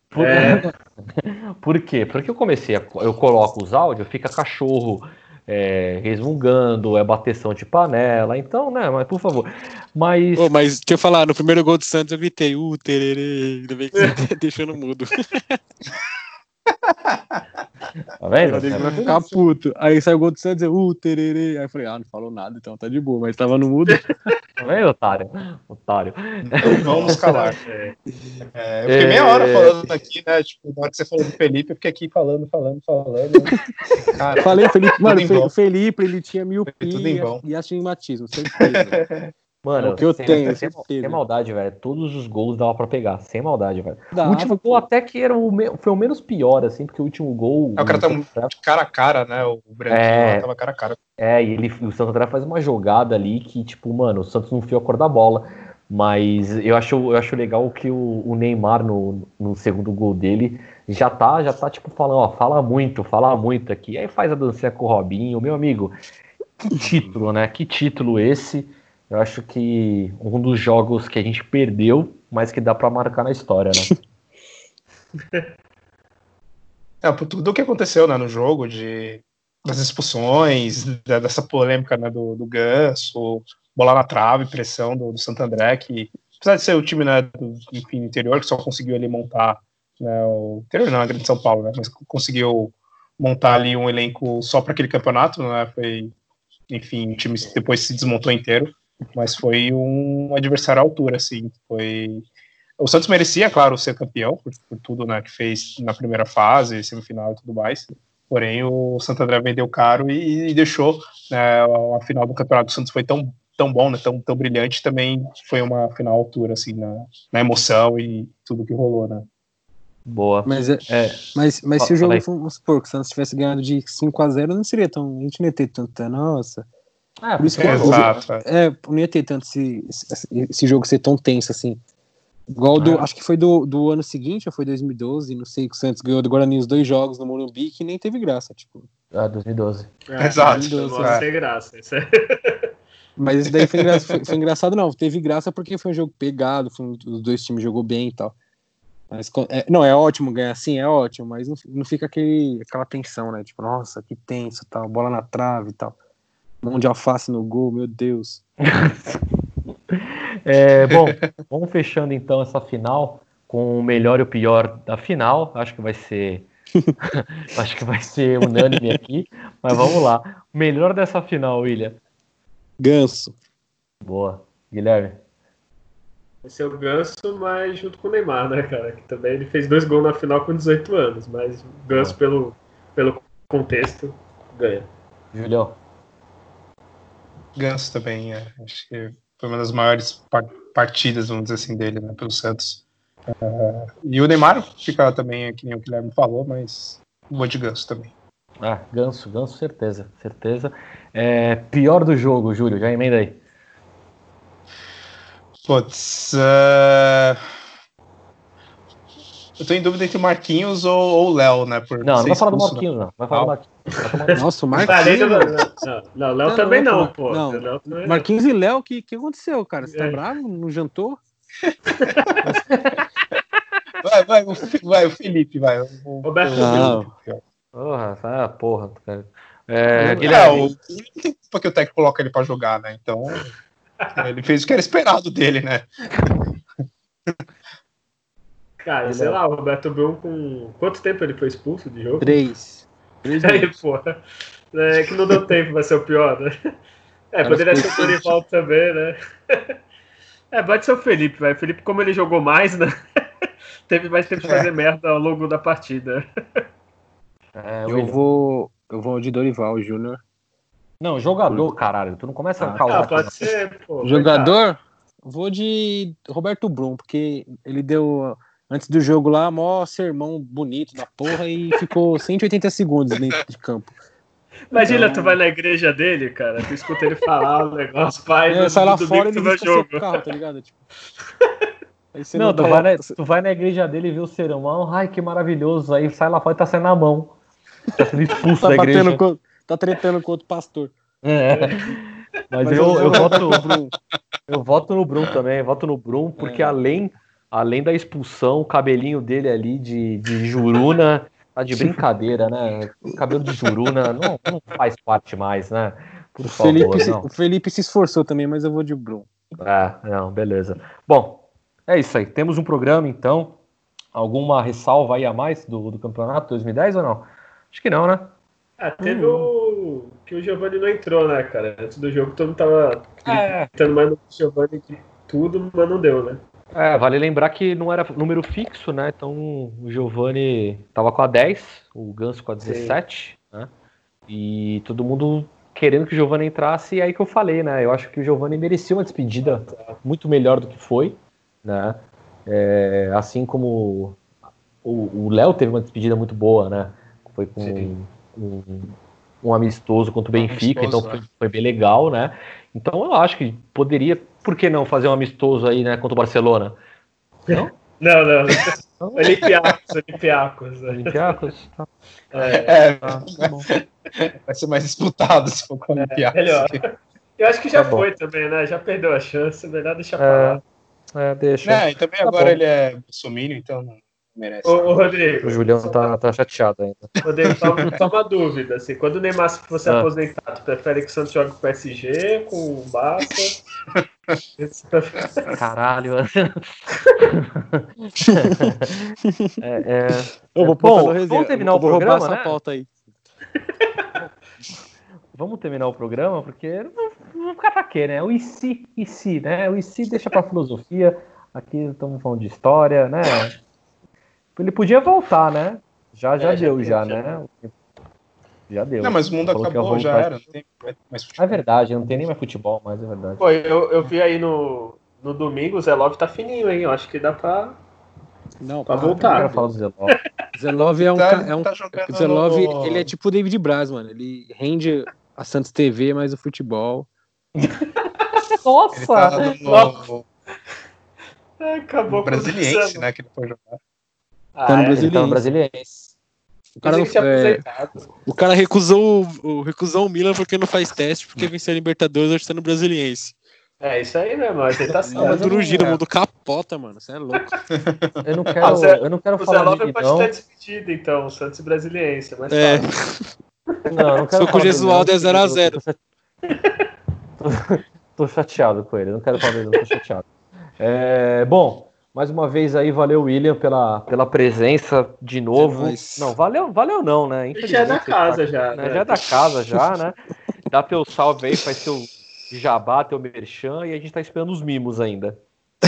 Por quê? Porque eu coloco os áudios, fica cachorro resmungando, bateção de panela, então, né, mas por favor. Mas deixa eu falar, no primeiro gol do Santos eu gritei, tererê, ainda bem que você deixou no mudo. Tá vendo? Rodrigo vai ficar puto. Aí saiu o gol do Santos, tererê. Aí eu falei, não falou nada, então tá de boa, mas tava no mudo. Tá vendo, otário? Vamos calar. Eu fiquei meia hora falando aqui, né? Tipo, na hora que você falou do Felipe, eu fiquei aqui falando. Cara, falei, Felipe, mano, o Felipe, ele tinha miopia e astigmatismo, certeza. Mano, é o que eu tenho, sem maldade, velho. Todos os gols dava pra pegar, sem maldade, velho. O último gol até que foi o menos pior, assim, porque o último gol... O cara tá cara a cara, né? O Branquinho tava cara a cara. E o Santo André faz uma jogada ali que, tipo, mano, o Santos não enfiou a cor da bola. Mas eu acho legal que o Neymar, no segundo gol dele, já tá tipo, falando, fala muito aqui. Aí faz a dancinha com o Robinho. Meu amigo, que título, né? Que título esse... Eu acho que um dos jogos que a gente perdeu, mas que dá pra marcar na história, né? Por tudo o que aconteceu, né, no jogo, das expulsões, dessa polêmica, né, do Ganso, bola na trave, pressão do Santo André, que apesar de ser o time, né, do interior, que só conseguiu ali montar, né, o interior não, a Grande São Paulo, né, mas conseguiu montar ali um elenco só para aquele campeonato, né, foi, enfim, o time depois se desmontou inteiro. Mas foi um adversário à altura, assim. O Santos merecia, claro, ser campeão, por tudo, né, que fez na primeira fase, semifinal e tudo mais. Porém, o Santo André vendeu caro e deixou, né, a final do campeonato do Santos foi tão bom, né, tão brilhante, também foi uma final à altura, assim, na emoção e tudo que rolou, né. Boa. Mas se o jogo, vamos supor, que o Santos tivesse ganhado de 5-0, não seria tão... A gente não ia ter tanta, nossa... Por isso que não ia ter tanto esse jogo ser tão tenso assim. Igual acho que foi do ano seguinte, ou foi 2012, não sei, que o Santos ganhou do Guarani os 2 jogos no Morumbi, que nem teve graça, tipo. 2012. Exato. 2012, não tem graça. Isso é... Mas isso daí foi engraçado, não. Teve graça porque foi um jogo pegado, os 2 times jogou bem e tal. Mas, não, é ótimo ganhar assim, é ótimo, mas não fica aquela tensão, né? Tipo, nossa, que tenso, tal, bola na trave e tal. Mão de alface no gol, meu Deus. Bom, vamos fechando então essa final com o melhor e o pior da final. Acho que vai ser unânime aqui, mas vamos lá. O melhor dessa final, William. Ganso. Boa. Guilherme. Vai ser o Ganso, mas junto com o Neymar, né, cara? Que também ele fez 2 gols na final com 18 anos, mas o Ganso, pelo contexto, ganha. Julião. Ganso também, acho que foi uma das maiores partidas, vamos dizer assim, dele, né, pelo Santos. E o Neymar fica também, que nem o Guilherme falou, mas vou de Ganso também. Ganso, certeza. Pior do jogo, Júlio, já emenda aí. Putz, eu tô em dúvida entre o Marquinhos ou o Léo, né? Não vai falar do Marquinhos, não. Vai falar do Marquinhos. Nossa, o Marquinhos. Não, Léo também não, pô. Marquinhos e Léo, o que aconteceu, cara? Você tá bravo? Não jantou? Vai, o Felipe, vai. Roberto Porra, cara. Guilherme. Não tem porque o técnico coloca ele pra jogar, né? Então, ele fez o que era esperado dele, né? Cara, sei lá, o Roberto Brum com... Quanto tempo ele foi expulso de jogo? 3 Aí, porra. Que não deu tempo, vai ser o pior, né? Poderia ser o Dorival também, né? Pode ser o Felipe, vai. O Felipe, como ele jogou mais, né? Teve mais tempo de fazer merda ao longo da partida. Eu vou de Dorival Júnior. Não, jogador, caralho. Tu não começa a causar. Pode ser, pô. Jogador? Vou de Roberto Brum, porque ele deu, antes do jogo lá, maior sermão bonito da porra e ficou 180 segundos dentro de campo. Imagina, tu vai na igreja dele, cara, tu escuta ele falar o negócio, pai, sai lá fora e ele risca seu carro, tá ligado? Tipo... Não, tu vai na igreja dele e vê o sermão, ai, que maravilhoso, aí sai lá fora e tá saindo na mão. Tá sendo expulso da igreja. Tá tretando com outro pastor. Mas eu voto no Brum também, voto no Brum, porque além da expulsão, o cabelinho dele ali de juruna, tá de brincadeira, né? O cabelo de juruna não faz parte mais, né? Por favor, o Felipe se esforçou também, mas eu vou de Brum. Não, beleza. Bom, é isso aí. Temos um programa, então. Alguma ressalva aí a mais do campeonato 2010 ou não? Acho que não, né? Teve que o Giovani não entrou, né, cara? Antes do jogo todo mundo tava gritando mais no Giovani que tudo, mas não deu, né? Vale lembrar que não era número fixo, né? Então o Giovani tava com a 10, o Ganso com a 17, né? E todo mundo querendo que o Giovani entrasse, e aí que eu falei, né? Eu acho que o Giovani merecia uma despedida muito melhor do que foi, né? Assim como o Léo teve uma despedida muito boa, né? Foi com um amistoso contra o Benfica, então foi bem legal, né? Então eu acho que poderia, por que não fazer um amistoso aí, né, contra o Barcelona? Não? Não. Olympiacos. Tá. Tá bom. Vai ser mais disputado se for com o Olympiacos. Melhor. Eu acho que já foi também, né? Já perdeu a chance, melhor deixar pra lá. Deixa. E também agora ele é bolsominion, então não merece. Ô, Rodrigo. O Julião tá chateado ainda. Rodrigo, só uma dúvida. Assim, quando o Neymar fosse aposentado, prefere que o Santos jogue com o PSG, com o Barça? Caralho. Vamos terminar o programa, né? Pauta aí. Vamos terminar o programa, porque não ficar pra quê, né? O e se, né? O e se deixa pra filosofia. Aqui estamos falando de história, né? Ele podia voltar, né? Já deu, né? Já deu. Não, mas o mundo acabou, já era. Não tem mais futebol. É verdade, não tem nem mais futebol, mas é verdade. Pô, eu vi aí no domingo, o Zé Love tá fininho, hein? Eu acho que dá pra voltar. Eu quero falar do Zé Love. Zé Love Zé Love, ele é tipo o David Braz, mano. Ele rende a Santos TV mais o futebol. Nossa! Acabou o Brasiliense, né? Que ele foi jogar. Ele tá no Brasiliense. O cara recusou o Milan porque não faz teste, porque venceu a Libertadores, hoje tá no Brasiliense. É isso aí mesmo, mas ele tá certo. Mas o Giro mundo capota, mano. Você é louco. Eu não quero falar dele, pode não. estar despedido, então, o Santos Brasiliense, mas não quero falar com o Gesualdo é 0x0. Tô chateado com ele, não quero falar dele, não, tô chateado. Bom, mais uma vez aí, valeu, William, pela presença de novo. Não, valeu não, né? Já é da casa, já. Né? Já é da casa, já, né? Dá teu salve aí, faz teu jabá, teu merchan, e a gente tá esperando os mimos ainda.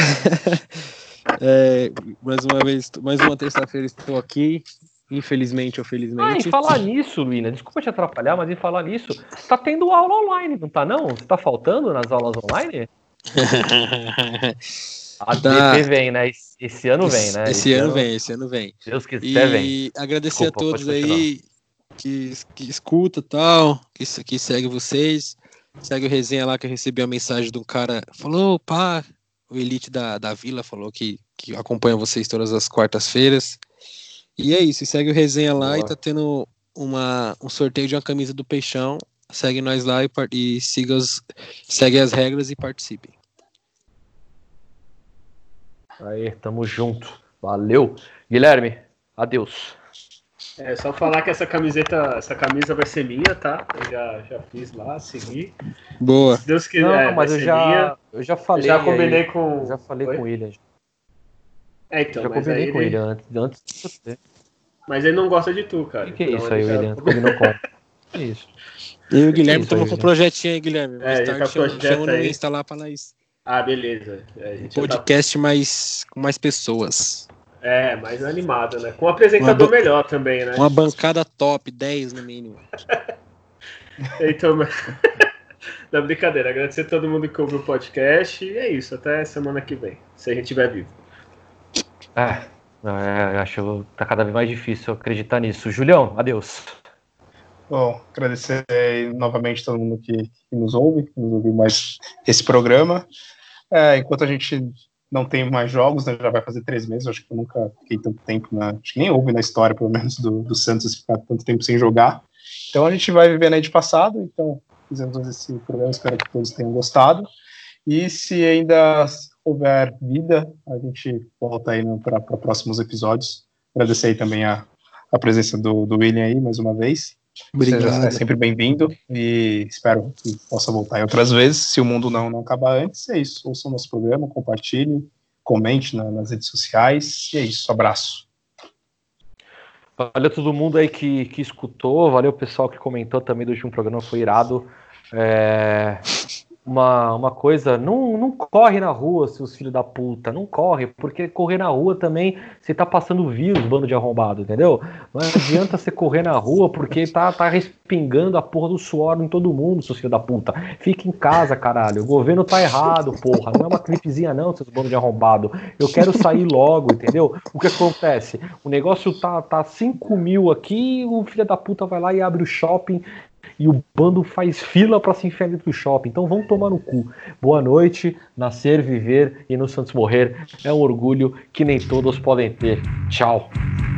Mais uma vez, mais uma terça-feira estou aqui, infelizmente ou felizmente. Em falar nisso, William, desculpa te atrapalhar, mas em falar nisso, tá tendo aula online, não tá não? Você tá faltando nas aulas online? A DP vem, né? Esse ano vem, né? Esse ano vem. Deus quiser, vem. E agradecer a todos aí que escuta e tal, que segue vocês. Segue o resenha lá, que eu recebi a mensagem de um cara. Falou, pá, o Elite da Vila falou que acompanha vocês todas as quartas-feiras. E é isso, segue o resenha lá. Boa. E tá tendo um sorteio de uma camisa do Peixão. Segue nós lá e segue as regras e participem. Aí, tamo junto. Valeu. Guilherme, adeus. Só falar que essa camisa vai ser minha, tá? Eu já fiz lá, segui. Boa. Se Deus quiser. Não, mas eu já falei. Já combinei com. Já falei com o William. Então, já combinei com o William antes de você. Mas ele não gosta de tu, cara. O que é isso aí, William? Combinou com. Que isso? E o Guilherme estamos com um projetinho aí, Guilherme. Chama no Insta lá pra nós. Beleza. Podcast com mais pessoas. Mais animado, né? Com um apresentador melhor também, né? Uma bancada top, 10 no mínimo. Então, não, brincadeira. Agradecer a todo mundo que ouviu o podcast. E é isso, até semana que vem, se a gente estiver vivo. Acho que tá cada vez mais difícil acreditar nisso. Julião, adeus. Bom, agradecer novamente a todo mundo que nos ouviu mais esse programa. Enquanto a gente não tem mais jogos, né, já vai fazer 3 meses, acho que eu nunca fiquei tanto tempo, acho que nem houve na história, pelo menos, do Santos ficar tanto tempo sem jogar. Então a gente vai vivendo aí de passado, então fizemos esse programa, espero que todos tenham gostado. E se ainda houver vida, a gente volta aí para próximos episódios. Agradecer aí também a presença do William aí, mais uma vez. Obrigado. Seja é sempre bem-vindo e espero que possa voltar aí outras vezes, se o mundo não acabar antes. É isso, ouça o nosso programa, compartilhe, comente nas redes sociais, e é isso, abraço. Valeu todo mundo aí que escutou, valeu o pessoal que comentou também do último programa, foi irado. Uma coisa, não corre na rua, seus filhos da puta, não corre, porque correr na rua também, você tá passando vírus, bando de arrombado, entendeu? Não adianta você correr na rua, porque tá respingando a porra do suor em todo mundo, seus filhos da puta. Fica em casa, caralho, o governo tá errado, porra, não é uma gripezinha não, seus bandos de arrombado. Eu quero sair logo, entendeu? O que acontece? O negócio tá 5 mil aqui, o filho da puta vai lá e abre o shopping, e o bando faz fila para se enfiar dentro do shopping. Então vamos tomar no cu. Boa noite, nascer, viver e no Santos morrer é um orgulho que nem todos podem ter. Tchau.